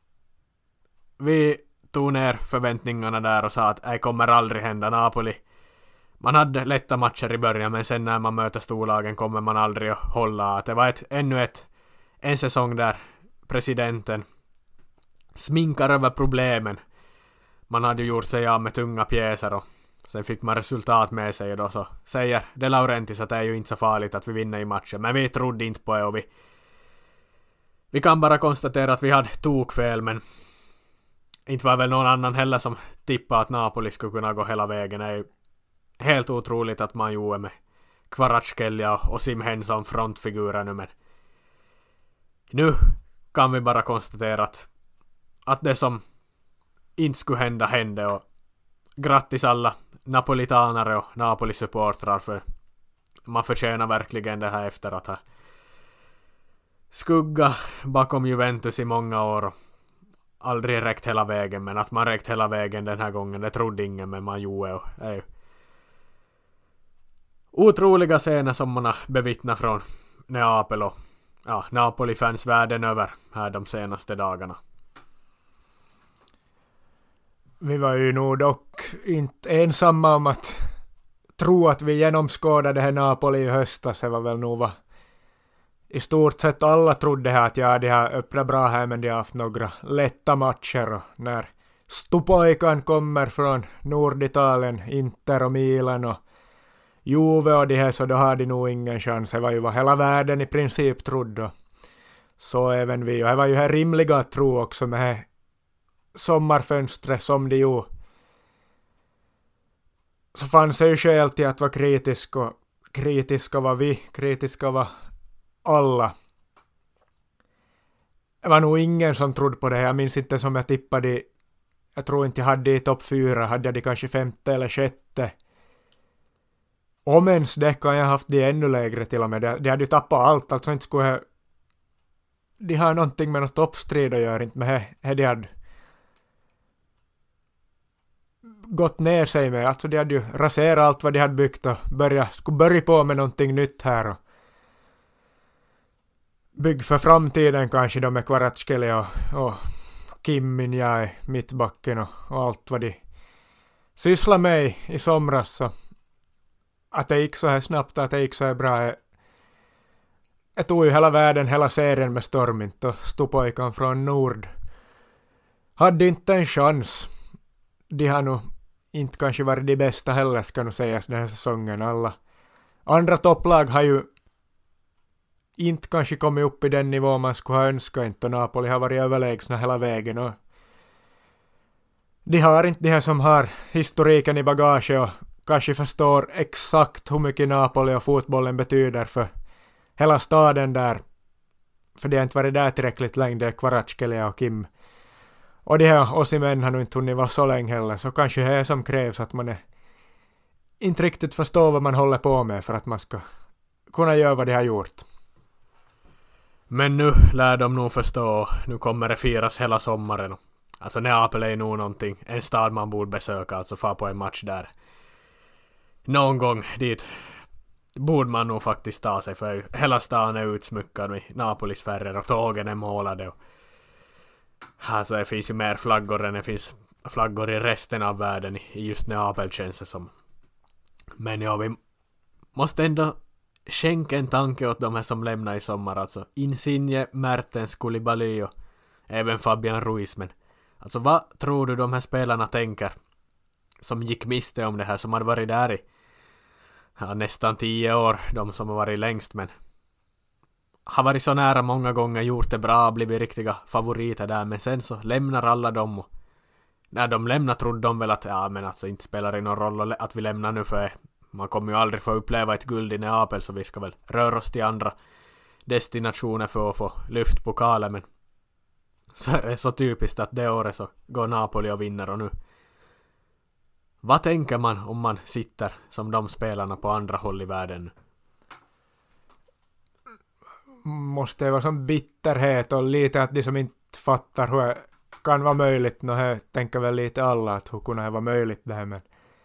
vi tog ner förväntningarna där och sa att det kommer aldrig hända. Napoli, man hade lätta matcher i början, men sen när man möter storlagen kommer man aldrig att hålla. Att det var ännu en säsong där presidenten sminkar över problemen. Man hade ju gjort sig av med tunga pjäser och sen fick man resultat med sig, och då så säger De Laurentiis att det är ju inte så farligt att vi vinner i matchen. Men vi trodde inte på det, och vi kan bara konstatera att vi hade tokfel, men inte var väl någon annan heller som tippade att Napoli skulle kunna gå hela vägen. Det är ju helt otroligt att man gjorde med Kvaratskhelia och Simhen som frontfigurer nu, men nu kan vi bara konstatera att det som inte skulle hände, och grattis alla napolitanare och Napoli-supportrar, för man förtjänar verkligen det här efter att ha skugga bakom Juventus i många år och aldrig räckt hela vägen, men att man räckt hela vägen den här gången, det trodde ingen, men man gjorde, och det är ju otroliga scener som man har bevittnat från Neapel och Napoli-fans världen över här de senaste dagarna. Vi var ju nog dock inte ensamma om att tro att vi genomskådade det här Napoli i höstas. Det var väl nog vad i stort sett alla trodde här, att de har öppnat bra här, men de har haft några lätta matcher, och när Stupojkan kommer från Norditalien, Inter och Milan och Juve och de här, så då har de nog ingen chans. Det var ju vad hela världen i princip trodde, så även vi, och det var ju här rimliga att tro också med här sommarfönstret som de gjorde. Så fanns det ju skäl till att vara kritisk, och kritiska var vi, kritiska var alla. Det var nog ingen som trodde på det här. Jag minns inte som jag tippade, jag tror inte jag hade i topp 4, hade jag det kanske 5:e eller 6:e. Om ens det kan jag haft det ännu lägre till och med. De hade ju tappat allt, alltså inte skulle de har någonting med något toppstrid att göra, inte med de hade gått ner sig med. Alltså de hade ju raserat allt vad de hade byggt och skulle börja på med någonting nytt här och bygg för framtiden kanske då med Kvaratskhelia och Kim Min-jae mittbacken och allt vad de sysslar med i somras. Så att det gick så här snabbt, att det gick så här bra. Jag tog ju hela världen, hela serien med storm, inte, och Stupojkan från Nord hade inte en chans. De har nog inte kanske varit de bästa heller, ska nog sägas, den här säsongen. Alla andra topplag har ju inte kanske kommit upp i den nivå man skulle ha önskat, inte, och Napoli har varit överlägsna hela vägen, och de har inte de här som har historiken i bagage och kanske förstår exakt hur mycket Napoli och fotbollen betyder för hela staden där, för de har inte varit där tillräckligt länge, det är Kvaratskhelia och Kim. Och de här Osimhen har nog inte hunnit vara så länge heller, så kanske det är som krävs att man inte riktigt förstår vad man håller på med för att man ska kunna göra vad de har gjort. Men nu lär de nog förstå, nu kommer det firas hela sommaren. Alltså Neapel är nog någonting, en stad man borde besöka, alltså få på en match där. Någon gång dit borde man nog faktiskt ta sig, för hela stan är utsmyckad med Napolis färger och tågen är målade. Och alltså det finns ju mer flaggor än det finns flaggor i resten av världen i just Neapel, känns det som. Men ja, vi måste ändå skänka en tanke åt de här som lämnar i sommar, alltså Insigne, Mertens, Koulibaly och även Fabian Ruiz. Men alltså vad tror du de här spelarna tänker som gick miste om det här, som hade varit där i nästan 10 år, de som har varit längst, men har varit så nära många gånger, gjort det bra, blivit riktiga favoriter där, men sen så lämnar alla dem och när de lämnar trodde de väl att ja, men alltså inte spelar det någon roll att vi lämnar nu, för man kommer ju aldrig få uppleva ett guld i Neapel, så vi ska väl röra oss till andra destinationer för att få lyft pokalen. Men så är det så typiskt att det året så går Napoli och vinner, och nu vad tänker man om man sitter som de spelarna på andra håll i världen? Måste det vara som bitterhet och lite att de som inte fattar hur det kan vara möjligt. Jag tänker väl lite alla att hur kunde det vara möjligt det här, men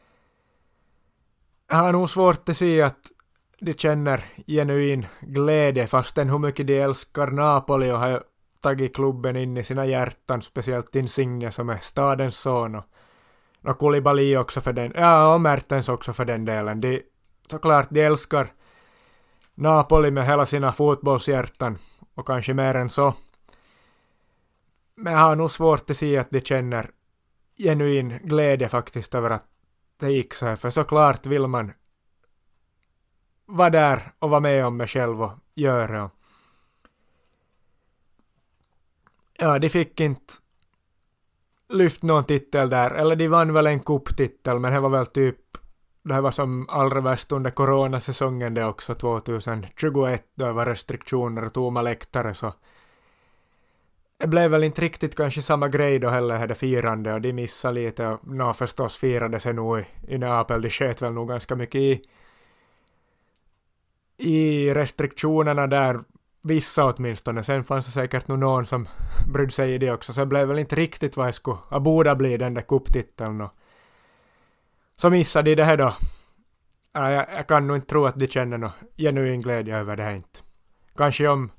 jag har nog svårt att se att de känner genuin glädje fastän hur mycket de älskar Napoli och har tagit klubben in i sina hjärtan, speciellt Insigne som är stadens son och Koulibaly också för den, ja, och Mertens också för den delen. De, såklart de älskar Napoli med hela sina fotbollshjärtan och kanske mer än så. Men jag har nog svårt att se att de känner genuin glädje faktiskt över att det gick så här. För såklart vill man vara där och vara med om mig själv och göra. Ja, de fick inte lyft någon titel där. Eller de vann väl en kupptitel, men det var väl typ, det här var som allra värst under coronasäsongen det också, 2021, då det var restriktioner och tomma läktare, så det blev väl inte riktigt kanske samma grej då heller, det firande, och de missade lite, och förstås firade sig nog i Neapel, de sköt väl nog ganska mycket i restriktionerna där, vissa åtminstone, sen fanns det säkert nog någon som brydde sig i det också, så det blev väl inte riktigt vad jag skulle borde bli den där kupptiteln, och så missade de det här då. Jag kan nog inte tro att de känner någon genuin glädje över det här inte. Kanske om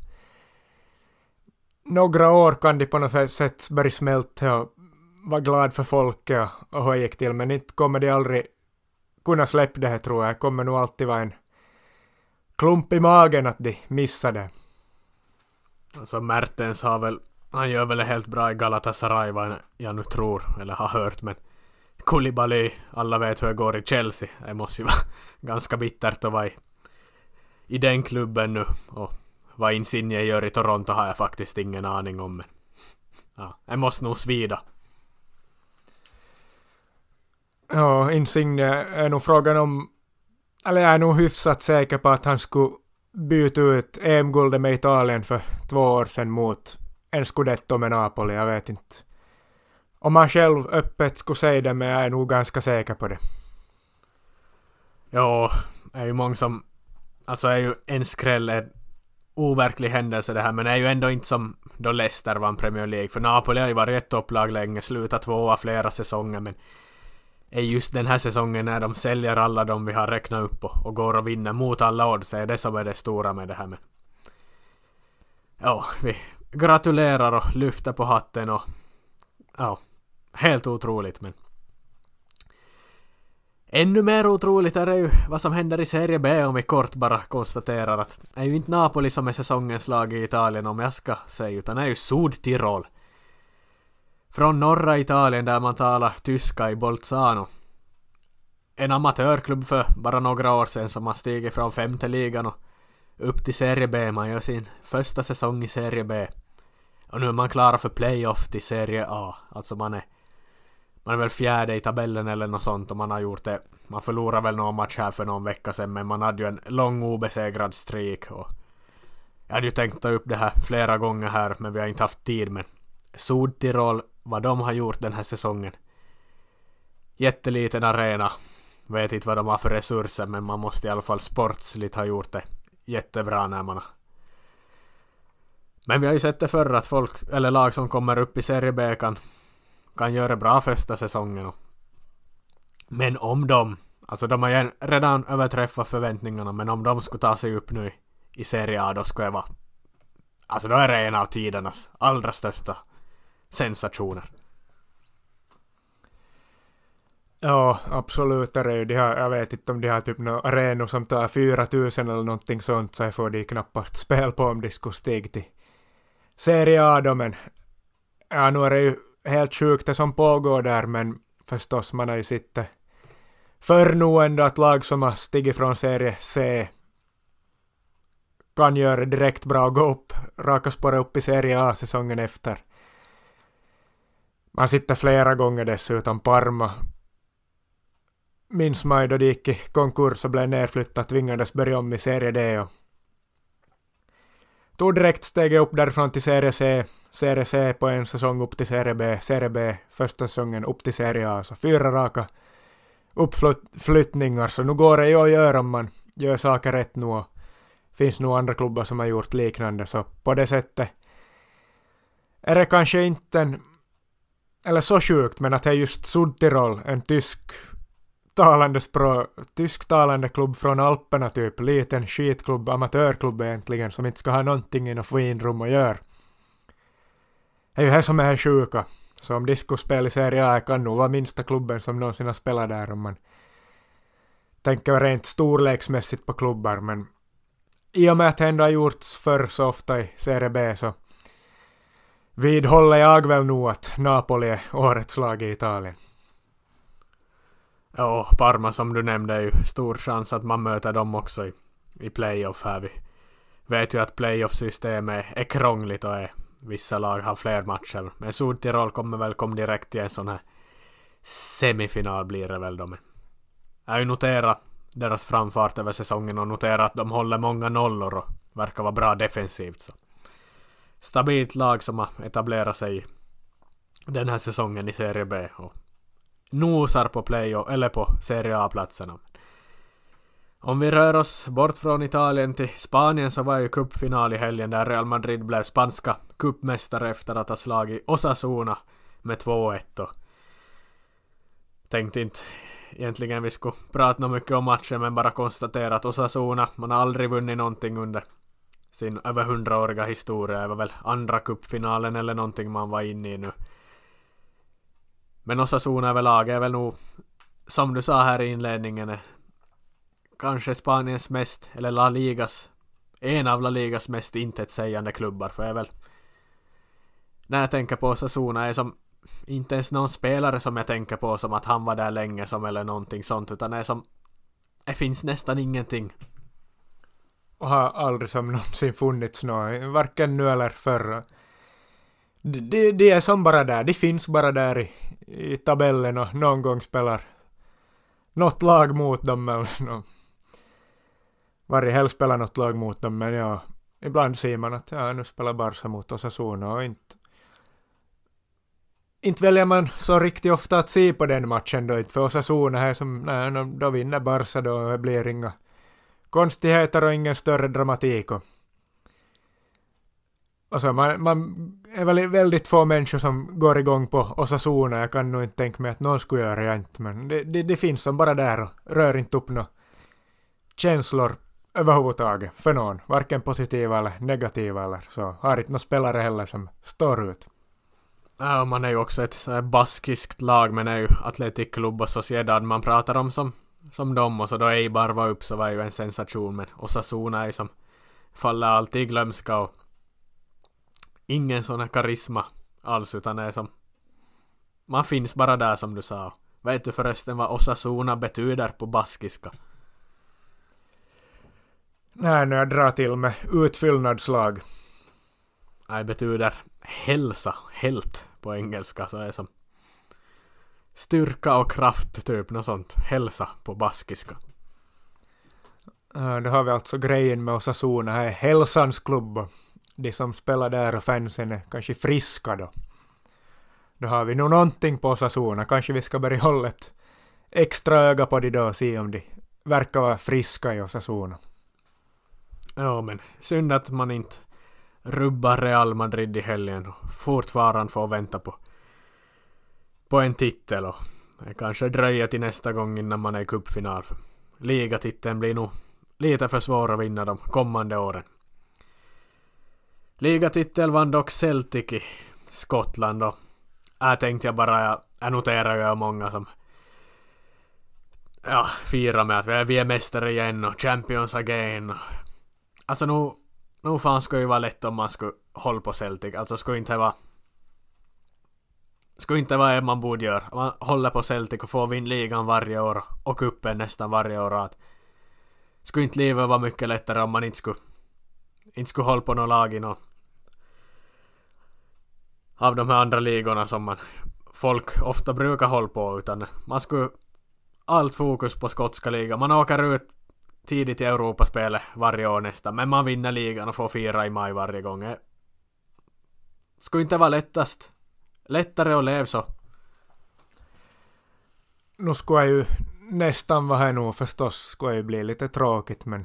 några år kan de på något sätt börja smälta och vara glad för folket och hur det gick till, men inte kommer de aldrig kunna släppa det här, tror jag. Det kommer nog alltid vara en klump i magen att de missade. Alltså Mertens han gör väl helt bra i Galatasaray, vad jag nu tror eller har hört, men Koulibaly, alla vet hur det går i Chelsea. Det måste ju vara ganska bittert att vara i den klubben nu, och vad Insigne gör i Toronto har jag faktiskt ingen aning om, men ja, det måste nog svida. Ja, Insigne är nog frågan om, eller jag är nog hyfsat säker på att han skulle byta ut EM-guldet med Italien för 2 år sedan mot en scudetto med Napoli, jag vet inte om man själv öppet skulle säga det, men jag är nog ganska säker på det. Ja, det är ju många som, alltså är ju en skräll, en overklig händelse det här, men det är ju ändå inte som då Leicester vann Premier League, för Napoli har ju varit ett topplag länge, slutat 2 flera säsonger, men är just den här säsongen när de säljer alla de vi har räknat upp och går och vinner mot alla odds, är det som är det stora med det här. Men ja, vi gratulerar och lyfter på hatten, och ja, helt otroligt. Men ännu mer otroligt är det ju vad som händer i Serie B, om vi kort bara konstaterar att det är ju inte Napoli som är säsongens lag i Italien, om jag ska säga, utan det är ju Sud-Tirol. Från norra Italien där man talar tyska, i Bolzano. En amatörklubb för bara några år sedan som har stigit från 5:e ligan och upp till Serie B. Man gör sin första säsong i Serie B. Och nu är man klara för playoff till Serie A. Alltså man är väl 4:e i tabellen eller något sånt, och man har gjort det. Man förlorade väl någon match här för någon vecka sedan, men man hade ju en lång obesegrad streak. Och jag hade ju tänkt ta upp det här flera gånger här, men vi har inte haft tid. Men Sud-Tirol, vad de har gjort den här säsongen. Jätteliten arena. Vet inte vad de har för resurser, men man måste i alla fall sportsligt ha gjort det jättebra när man har. Men vi har ju sett det förr att folk, eller lag som kommer upp i Serie B kan göra bra första säsongen. Men om de har redan överträffat förväntningarna, men om de skulle ta sig upp nu i Serie A, då skulle det vara, alltså då är det en av tidernas allra största sensationer. Ja, absolut är det ju. Jag vet inte om de har typ några arenor som tar 4,000 eller någonting sånt, så får de knappast spel på om de skulle stiga till Serie A då, men ja, nu är det ju helt sjukt det som pågår där, men förstås man har ju sett för nu ändå att lag som har stigit från Serie C kan göra direkt bra och gå upp, raka spåra upp i Serie A säsongen efter. Man sitter flera gånger dessutom. Parma minns man då det gick i konkurs och blev nerflyttat, tvingades börja om i Serie D och tog direkt steget upp därifrån till Serie C på en säsong upp till Serie B första säsongen upp till Serie A, så 4 raka uppflyttningar, så nu går det ju att göra om man gör saker rätt nu, och finns nog andra klubbar som har gjort liknande, så på det sättet är det kanske inte eller så sjukt, men att det är just Südtirol, en tysktalande klubb från Alperna typ, liten skitklubb, amatörklubb egentligen, som inte ska ha någonting i något finrum att göra. Det är ju det som är sjuka. Så om diskospel i Serie A kan nog vara minsta klubben som någonsin har spelat där, om man tänker rent storleksmässigt på klubbar, men i och med att det ändå har gjorts för så ofta i Serie B, så vidhåller jag väl nog att Napoli är årets lag i Italien. Ja, Parma som du nämnde är ju stor chans att man möter dem också i playoff här. Vi vet ju att playoff-systemet är krångligt och vissa lag har fler matcher. Men Südtirol kommer väl komma direkt till en sån här semifinal blir det väl då. Men jag har ju noterat deras framfart över säsongen och noterat att de håller många nollor och verkar vara bra defensivt. Så stabilt lag som har etablerat sig den här säsongen i Serie B och nosar på playoff eller på Serie A-platserna. Om vi rör oss bort från Italien till Spanien, så var ju cupfinal i helgen där Real Madrid blev spanska cupmästare efter att ha slagit Osasuna med 2-1. Tänkte inte egentligen vi skulle prata mycket om matchen, men bara konstatera att Osasuna, man har aldrig vunnit någonting under sin över 100-åriga historia. Det var väl andra cupfinalen eller någonting man var inne i nu. Men Osasuna är väl laget, är väl nog, som du sa här i inledningen, kanske Spaniens mest, eller en av La Ligas mest intetsägande klubbar. För jag väl, när jag tänker på Osasuna, är som inte ens någon spelare som jag tänker på som att han var där länge som eller någonting sånt, utan det finns nästan ingenting. Och har aldrig som någonsin funnits varken nu eller förr. De är som bara där, de finns bara där i tabellen och någon gång spelar något lag mot dem eller varje helg spelar något lag mot dem, men ja, ibland ser man att nu spelar Barca mot Osasuna och inte väljer man så riktigt ofta att se på den matchen då, inte för Osasuna är som, då vinner Barca, då blir inga konstigheter och ingen större dramatik och så man är väl väldigt få människor som går igång på Osasuna. Jag kan nog inte tänka mig att någon skulle göra det, inte, men det finns som bara där och rör inte upp några känslor överhuvudtaget för någon, varken positiva eller negativa, eller så har inte några spelare heller som står ut. Ja, man är ju också ett baskiskt lag, men är ju Athletic Club och Sociedad man pratar om som dem, och så då Eibar var upp så var ju en sensation, men Osasuna är som faller alltid glömska och ingen sån här karisma alls, utan är som man finns bara där som du sa. Vet du förresten vad Osasuna betyder på baskiska? Nej, när jag drar till med utfyllnadslag. Det betyder hälsa, helt på engelska, så är som styrka och kraft typ, något sånt. Hälsa på baskiska. Då har vi alltså grejen med Osasuna här, hälsans klubb. De som spelar där och fansen är kanske friska då. Då har vi nog någonting på Osasuna. Kanske vi ska börja hålla ett extra öga på det då och se om de verkar vara friska i Osasuna. Ja, men synd att man inte rubbar Real Madrid i helgen och fortfarande får vänta på en titel, och det kanske dröjer till nästa gång innan man är i cupfinal. Ligatiteln blir nog lite för svår att vinna de kommande åren. Ligatitel vann dock Celtic i Skottland, och jag tänkte jag noterar ju många som firar med att vi är mästare igen och champions again. Alltså nu fan skulle ju vara lätt om man skulle hålla på Celtic. Alltså skulle inte vara det man borde göra. Man håller på Celtic och får vinna ligan varje år och kuppen nästan varje år. Att skulle inte livet vara mycket lättare om man inte skulle inte skulle hålla på något lag i något av de här andra ligorna som folk ofta brukar hålla på, utan man skulle allt fokus på skotska ligan. Man åker ut tidigt i Europaspelet varje år nästan, men man vinner ligan och får fira i maj varje gång. Skulle inte vara lättare att leva så. Nu skulle jag ju nästan vara här nu förstås, skulle ju bli lite tråkigt, men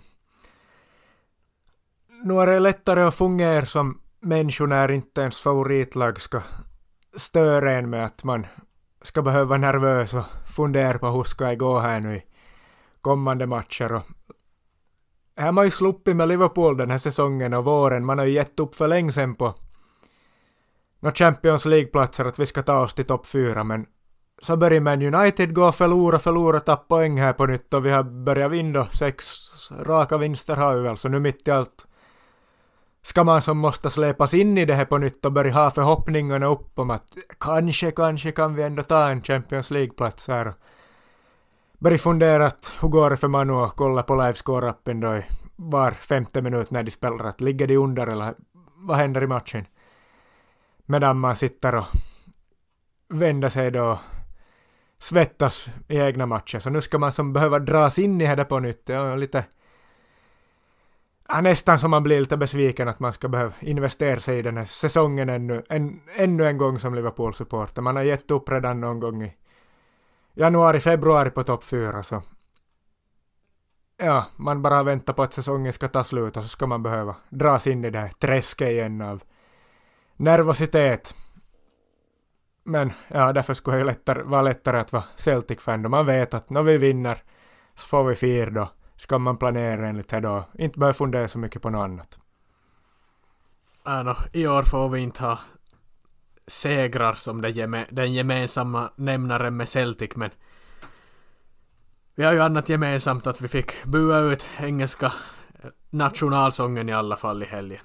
nu är det lättare att fungera som människor när inte ens favoritlag ska störa en med att man ska behöva vara nervös och fundera på hur ska jag gå här nu i kommande matcher. Och här har man ju sluppit med Liverpool den här säsongen och våren. Man har ju gett upp för länge sedan på Champions League-platser att vi ska ta oss till topp 4, men så börjar Man United gå och förlora, tappa poäng här på nytt, och vi har börjat vinna 6 raka vinster har vi väl, så nu mitt i allt ska man som måste släpas in i det här på nytt och börja ha förhoppningarna upp om att kanske kan vi ändå ta en Champions League-plats här. Börja fundera att hur går det för man och kolla på livescore-appen då i var 5:e minut när de spelar, att ligger de under eller vad händer i matchen. Medan man sitter och vänder sig då svettas i egna matcher. Så nu ska man som behöva dras in i det på nytt. Ja, lite nästan som man blir lite besviken att man ska behöva investera sig i den här säsongen ännu en gång som Liverpool-supporter. Man har gett upp redan någon gång i januari, februari på topp 4. Så ja, man bara väntar på att säsongen ska ta slut och så ska man behöva dras in i det här träsket igen av nervositet. Men ja, därför skulle det vara lättare att vara Celtic-fan då man vet att när vi vinner så får vi fira då. Ska man planera enligt det då. Inte behöva fundera så mycket på något annat. I år får vi inte ha segrar som den gemensamma nämnaren med Celtic, men vi har ju annat gemensamt att vi fick bua ut engelska nationalsången i alla fall i helgen.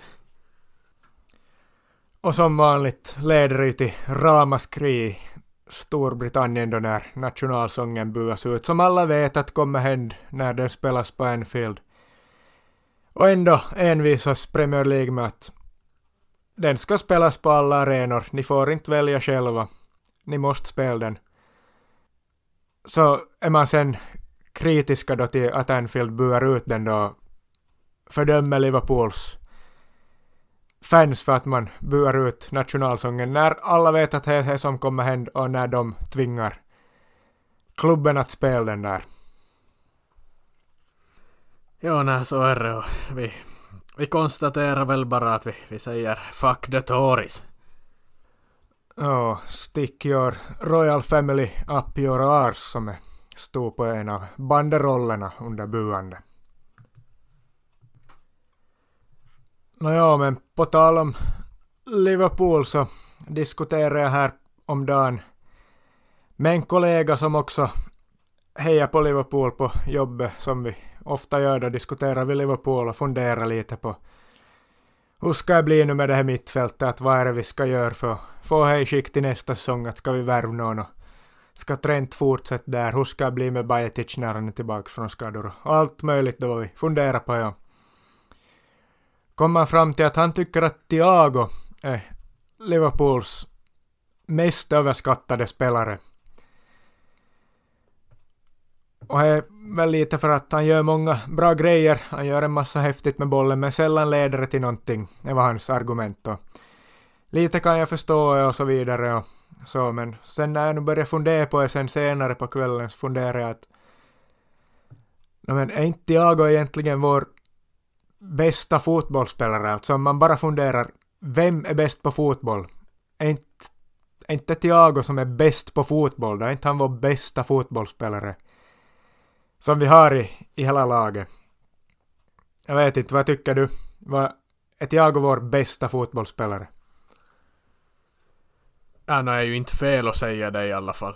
Och som vanligt leder det till ramaskri Storbritannien då när nationalsången buas ut, som alla vet att kommer hända när den spelas på Anfield. Och ändå envisas Premier League med att den ska spelas på alla arenor. Ni får inte välja själva. Ni måste spela den. Så är man sen kritiska då till att Anfield buar ut den då, fördömer Liverpools fans för att man buar ut nationalsången när alla vet att det är som kommer hända och när de tvingar klubben att spela den där. Ja, så är det. Vi konstaterar väl bara att vi säger fuck the Tories. Stick your royal family up your arse, som stod på en av banderollerna under buande. Men på tal om Liverpool så diskuterar jag här om dagen med en kollega som också hejar på Liverpool på jobbet, som vi ofta gör då, diskuterar vi Liverpool och funderar lite på hur ska det bli nu med det här mittfältet, att vad är det vi ska göra för att få här i skick till nästa säsong, att ska vi värva någon och ska Trent fortsätta där, hur ska det bli med Bajetic när han är tillbaka från skador och allt möjligt då vi funderar på. Ja. Kommer man fram till att han tycker att Thiago är Liverpools mest överskattade spelare. Och det är väl lite för att han gör många bra grejer. Han gör en massa häftigt med bollen, men sällan leder det till någonting. Det var hans argument. Och lite kan jag förstå och så vidare. Och så, men sen när jag nu börjar fundera på det sen senare på kvällen, så funderar jag att men är inte Thiago egentligen vår bästa fotbollsspelare? Alltså om man bara funderar, vem är bäst på fotboll? Är inte Thiago som är bäst på fotboll? Då är inte han vår bästa fotbollsspelare som vi har i hela laget? Jag vet inte, vad tycker du? Är Thiago vår bästa fotbollsspelare? Han är ju inte fel att säga det i alla fall.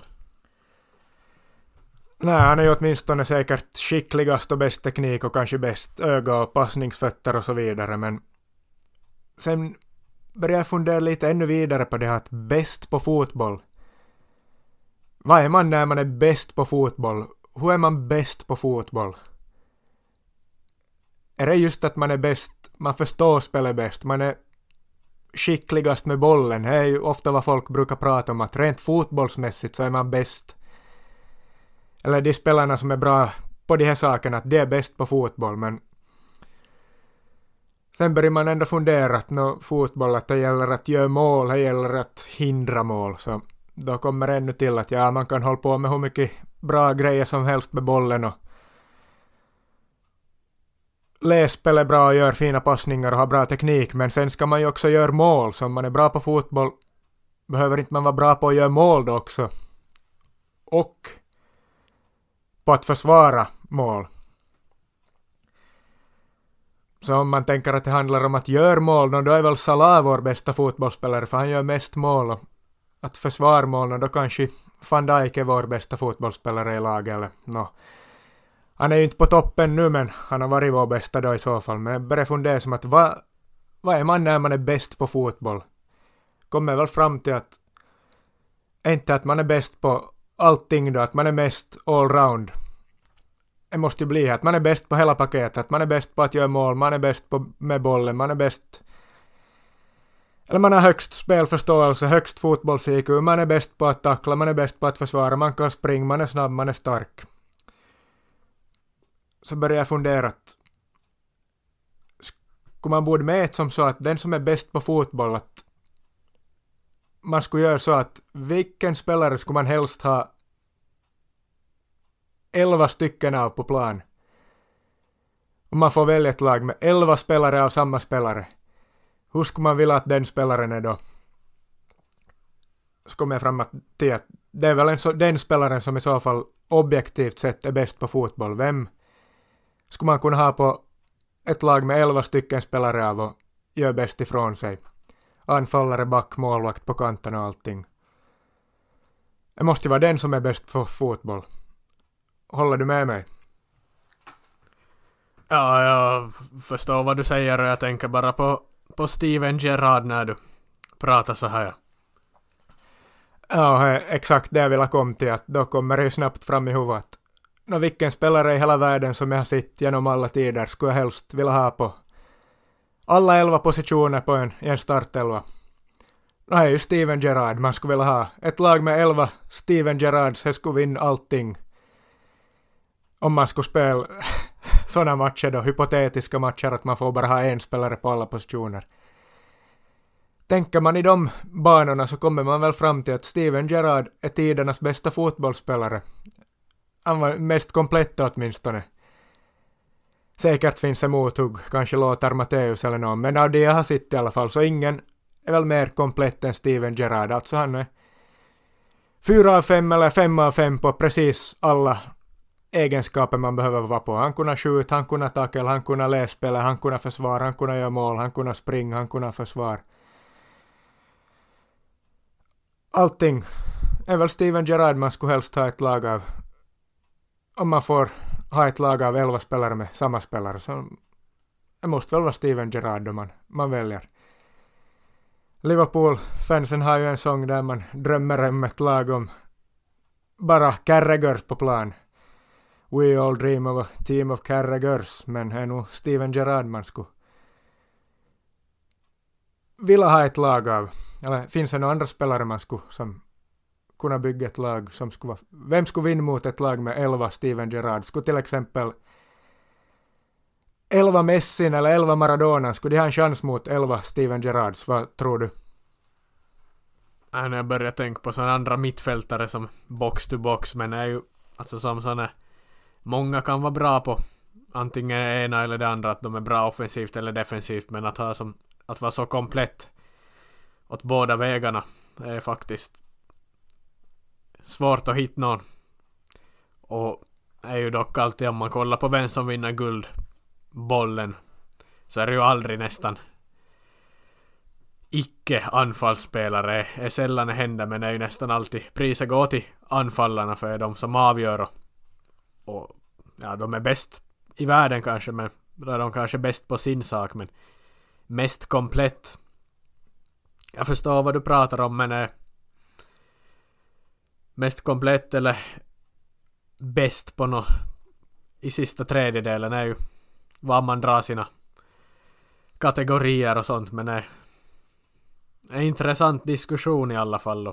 Nej, han är ju åtminstone säkert skickligast och bäst teknik och kanske bäst öga och passningsfötter och så vidare, men sen börjar jag fundera lite ännu vidare på det här att bäst på fotboll. Vad är man när man är bäst på fotboll? Hur är man bäst på fotboll? är det just att man är bäst, man förstår spelet bäst, man är skickligast med bollen. Det är ju ofta vad folk brukar prata om, att rent fotbollsmässigt så är man bäst. Eller de spelarna som är bra på de här sakerna, att de är bäst på fotboll, men sen börjar man ändå fundera att fotboll, att det gäller att göra mål, det gäller att hindra mål, så då kommer ännu till att man kan hålla på med hur mycket bra grejer som helst med bollen och lässpel är bra och gör fina passningar och har bra teknik, men sen ska man ju också göra mål. Så om man är bra på fotboll behöver inte man vara bra på att göra mål då också. Och på att försvara mål. Så om man tänker att det handlar om att göra mål, då är väl Salah vår bästa fotbollsspelare, för han gör mest mål. Och att försvara mål, då kanske Van Dijk är vår bästa fotbollsspelare i laget. Eller han är ju inte på toppen nu, men han har varit vår bästa då i så fall. Men jag börjar fundera som att vad är man när man är bäst på fotboll? Kommer väl fram till att inte att man är bäst på allting då, att man är mest allround. Det måste ju bli att man är bäst på hela paketet, att man är bäst på att göra mål, man är bäst på med bollen, man är bäst, eller man har högst spelförståelse, högst fotbolls-IQ, man är bäst på att tackla, man är bäst på att försvara, man kan springa, man är snabb, man är stark. Så börjar jag fundera att skulle man borde mäta som så att den som är bäst på fotboll, att man skulle göra så att vilken spelare skulle man helst ha 11 stycken av på plan. Om man får välja ett lag med 11 spelare av samma spelare. Hur skulle man vilja att den spelaren är då? Så kommer jag fram till att det är väl den spelaren som i så fall objektivt sett är bäst på fotboll. Vem skulle man kunna ha på ett lag med 11 stycken spelare av och gör bäst ifrån sig? Anfallare, back, målvakt på kanten och allting. Det måste ju vara den som är bäst på fotboll. Håller du med mig? Ja, jag förstår vad du säger och jag tänker bara på Steven Gerrard när du pratar så här. Ja, exakt det jag vill komma till, att då kommer det ju snabbt fram i huvudet. Vilken spelare i hela världen som jag har sett genom alla tider skulle jag helst vilja ha på alla 11 positioner på en startelva. Det är ju Steven Gerrard man skulle vilja ha. Ett lag med 11 Steven Gerrards, det skulle vinna allting. Om man skulle spela sådana matcher då, hypotetiska matcher, att man får bara ha en spelare på alla positioner. Tänker man i de banorna så kommer man väl fram till att Steven Gerrard är tidernas bästa fotbollsspelare. Han var mest komplett åtminstone. Säkert finns det mothugg, kanske Lothar Matthäus eller någon, men av det jag har sett i alla fall så ingen är väl mer komplett än Steven Gerrard. Alltså han är 4 av 5 eller 5 av 5 på precis alla egenskaper man behöver vara på. Han kunde skjuta, han kunde tackla, han kunde lässpela, han kunde försvara, han kunde göra mål, han kunde springa, han kunde försvara. Allting är väl Steven Gerrard man skulle helst ha ett lag av. Om man får ha ett lag av 11 spelare med samma spelare så det måste väl vara Steven Gerrard då man väljer. Liverpool-fansen har ju en sång där man drömmer om ett lag om bara Carragers på plan. We all dream of a team of Carragers, men det är nog Steven Gerrard man skulle vilja ha ett lag av. Eller finns det några andra spelare man skulle som kunna bygga ett lag som skulle vara... Vem skulle vinna mot ett lag med 11 Steven Gerrard? Skulle till exempel 11 Messi eller 11 Maradona, skulle de ha en chans mot 11 Steven Gerrards? Vad tror du? När jag börjar tänka på sådana andra mittfältare som box to box, men är ju alltså som sådana många kan vara bra på antingen ena eller det andra, att de är bra offensivt eller defensivt, men att vara så komplett åt båda vägarna är faktiskt svårt att hitta någon. Och är ju dock alltid, om man kollar på vem som vinner guldbollen, så är det ju aldrig nästan icke-anfallsspelare. Är sällan det händer, men det är ju nästan alltid priset går till anfallarna, för de som avgör och ja, de är bäst i världen kanske, men då är de kanske bäst på sin sak, men mest komplett. Jag förstår vad du pratar om, men mest komplett eller bäst på något i sista tredjedelen är ju vad man drar sina kategorier och sånt, men det är en intressant diskussion i alla fall.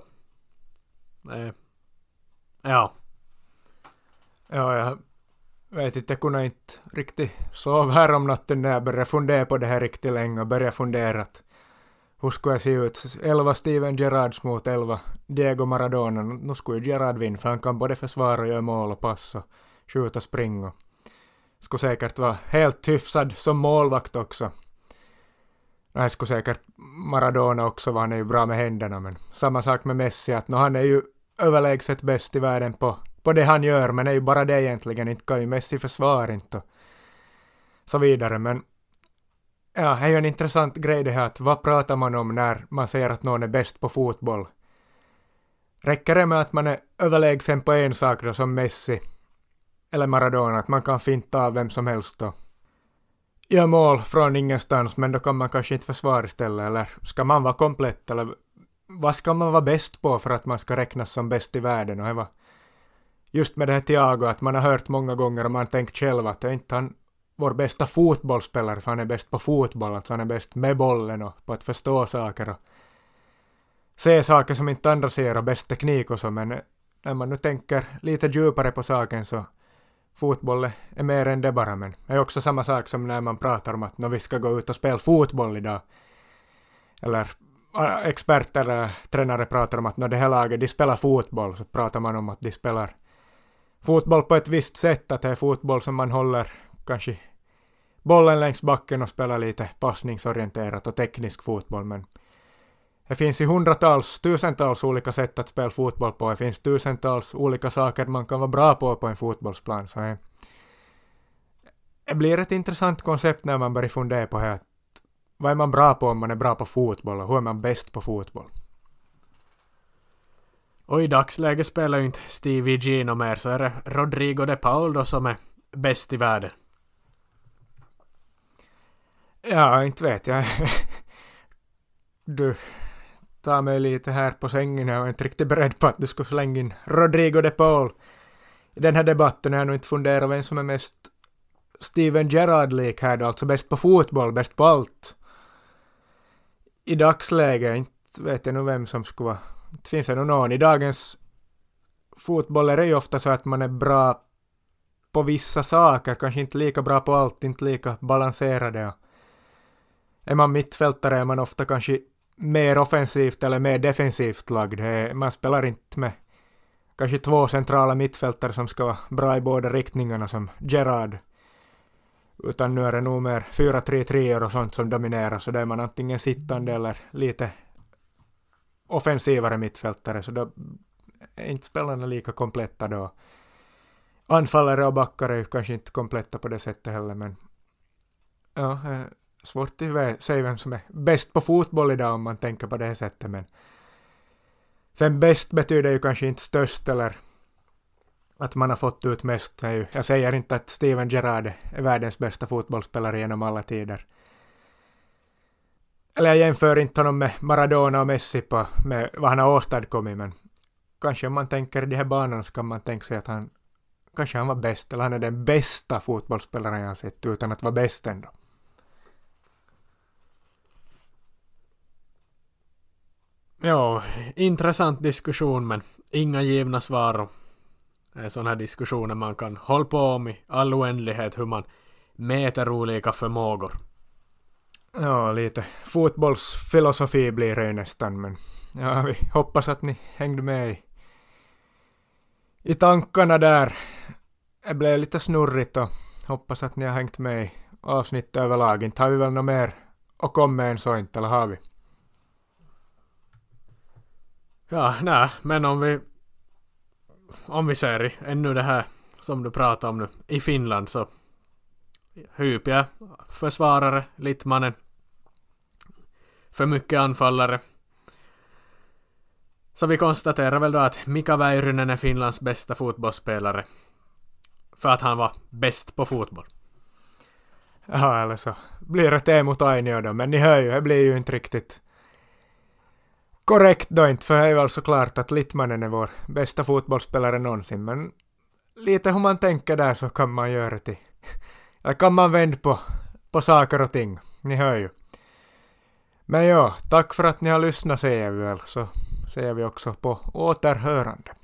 Ja. Ja, jag vet inte, jag kunde inte riktigt sova här om natten när jag började fundera på det här riktigt länge och började fundera att hur skulle jag se ut? 11 Steven Gerrards mot 11 Diego Maradona. Nu skulle ju Gerrard vinna, för han kan både försvara och göra mål och passa och skjuta och springa. Skulle säkert vara helt hyfsad som målvakt också. Nej, skulle säkert Maradona också vara, han är ju bra med händerna, men samma sak med Messi, att han är ju överlägset bäst i världen på det han gör, men är ju bara det egentligen, inte kan ju Messi försvara inte och så vidare, men ja, det är ju en intressant grej det här, att vad pratar man om när man säger att någon är bäst på fotboll? Räcker det med att man är överlägsen på en sak då, som Messi eller Maradona, att man kan finta av vem som helst då? Gör mål från ingenstans, men då kan man kanske inte försvara istället, eller ska man vara komplett, eller vad ska man vara bäst på för att man ska räknas som bäst i världen? Och det var just med det här Thiago, att man har hört många gånger och man tänkt själv att det är inte han vår bästa fotbollsspelare, för han är bäst på fotboll, alltså han är bäst med bollen och på att förstå saker och se saker som inte andra ser och bäst teknik och så, men när man nu tänker lite djupare på saken så fotboll är mer än det bara, men det är också samma sak som när man pratar om att när vi ska gå ut och spela fotboll idag, eller experter eller tränare pratar om att när det här laget de spelar fotboll, så pratar man om att de spelar fotboll på ett visst sätt, att det är fotboll som man håller kanske bollen längs backen och spelar lite passningsorienterat och teknisk fotboll, men det finns ju tusentals olika sätt att spela fotboll på. Det finns tusentals olika saker man kan vara bra på en fotbollsplan, så det blir ett intressant koncept när man börjar fundera på det. Vad är man bra på om man är bra på fotboll, och hur är man bäst på fotboll? Och i dagsläget spelar ju inte Stevie G någon mer, så är det Rodrigo de Paul då som är bäst i världen. Ja, inte vet jag. Du tar mig lite här på sängen. Jag var inte riktigt beredd på att du skulle slänga in Rodrigo de Paul i den här debatten. Jag har nog inte funderat vem som är mest Steven Gerrard-lik här då, alltså bäst på fotboll, bäst på allt. I dagsläget, inte vet jag nog vem som skulle vara. Det finns nog någon. I dagens fotboll är det ju ofta så att man är bra på vissa saker, kanske inte lika bra på allt, inte lika balanserade. Är man mittfältare är man ofta kanske mer offensivt eller mer defensivt lagd. Man spelar inte med kanske 2 centrala mittfältare som ska vara bra i båda riktningarna som Gerrard. Utan nu är det nog mer 4-3-3 och sånt som dominerar, så där är man antingen sittande eller lite offensivare mittfältare, så då är inte spelarna lika kompletta då. Anfallare och backare är ju kanske inte kompletta på det sättet heller, men ja, svårt att säga vem som är bäst på fotboll idag om man tänker på det här sättet, men sen bäst betyder ju kanske inte störst eller att man har fått ut mest. Jag säger inte att Steven Gerrard är världens bästa fotbollsspelare genom alla tider. Eller jag jämför inte honom med Maradona och Messi med vad han har åstadkommit, men kanske om man tänker i de här banorna så kan man tänka sig att han var bäst, eller han är den bästa fotbollsspelaren jag har sett utan att vara bäst ändå. Ja, intressant diskussion, men inga givna svar. Det är sådana här diskussioner man kan hålla på om i all oändlighet, hur man mäter olika förmågor. Ja, lite fotbollsfilosofi blir det nästan, men ja, vi hoppas att ni hängde med i tankarna där. Det blev lite snurrigt och hoppas att ni har hängt med i avsnitt överlag. Inte har vi väl något mer att komma med än så inte, eller har vi? Ja, nej, men om vi ser ännu det här som du pratar om nu i Finland, så hypiga försvarare, Littmanen, för mycket anfallare. Så vi konstaterar väl då att Mika Väyrynen är Finlands bästa fotbollsspelare för att han var bäst på fotboll. Ja, eller så blir det Teemu Tainio då, men ni hör ju, det blir ju inte riktigt korrekt då inte, för det är väl såklart att Littmanen är vår bästa fotbollsspelare någonsin, men lite hur man tänker där så kan man göra till Eller kan man vända på saker och ting? Ni hör ju. Men ja, tack för att ni har lyssnat säger vi väl. Så säger vi också på återhörande.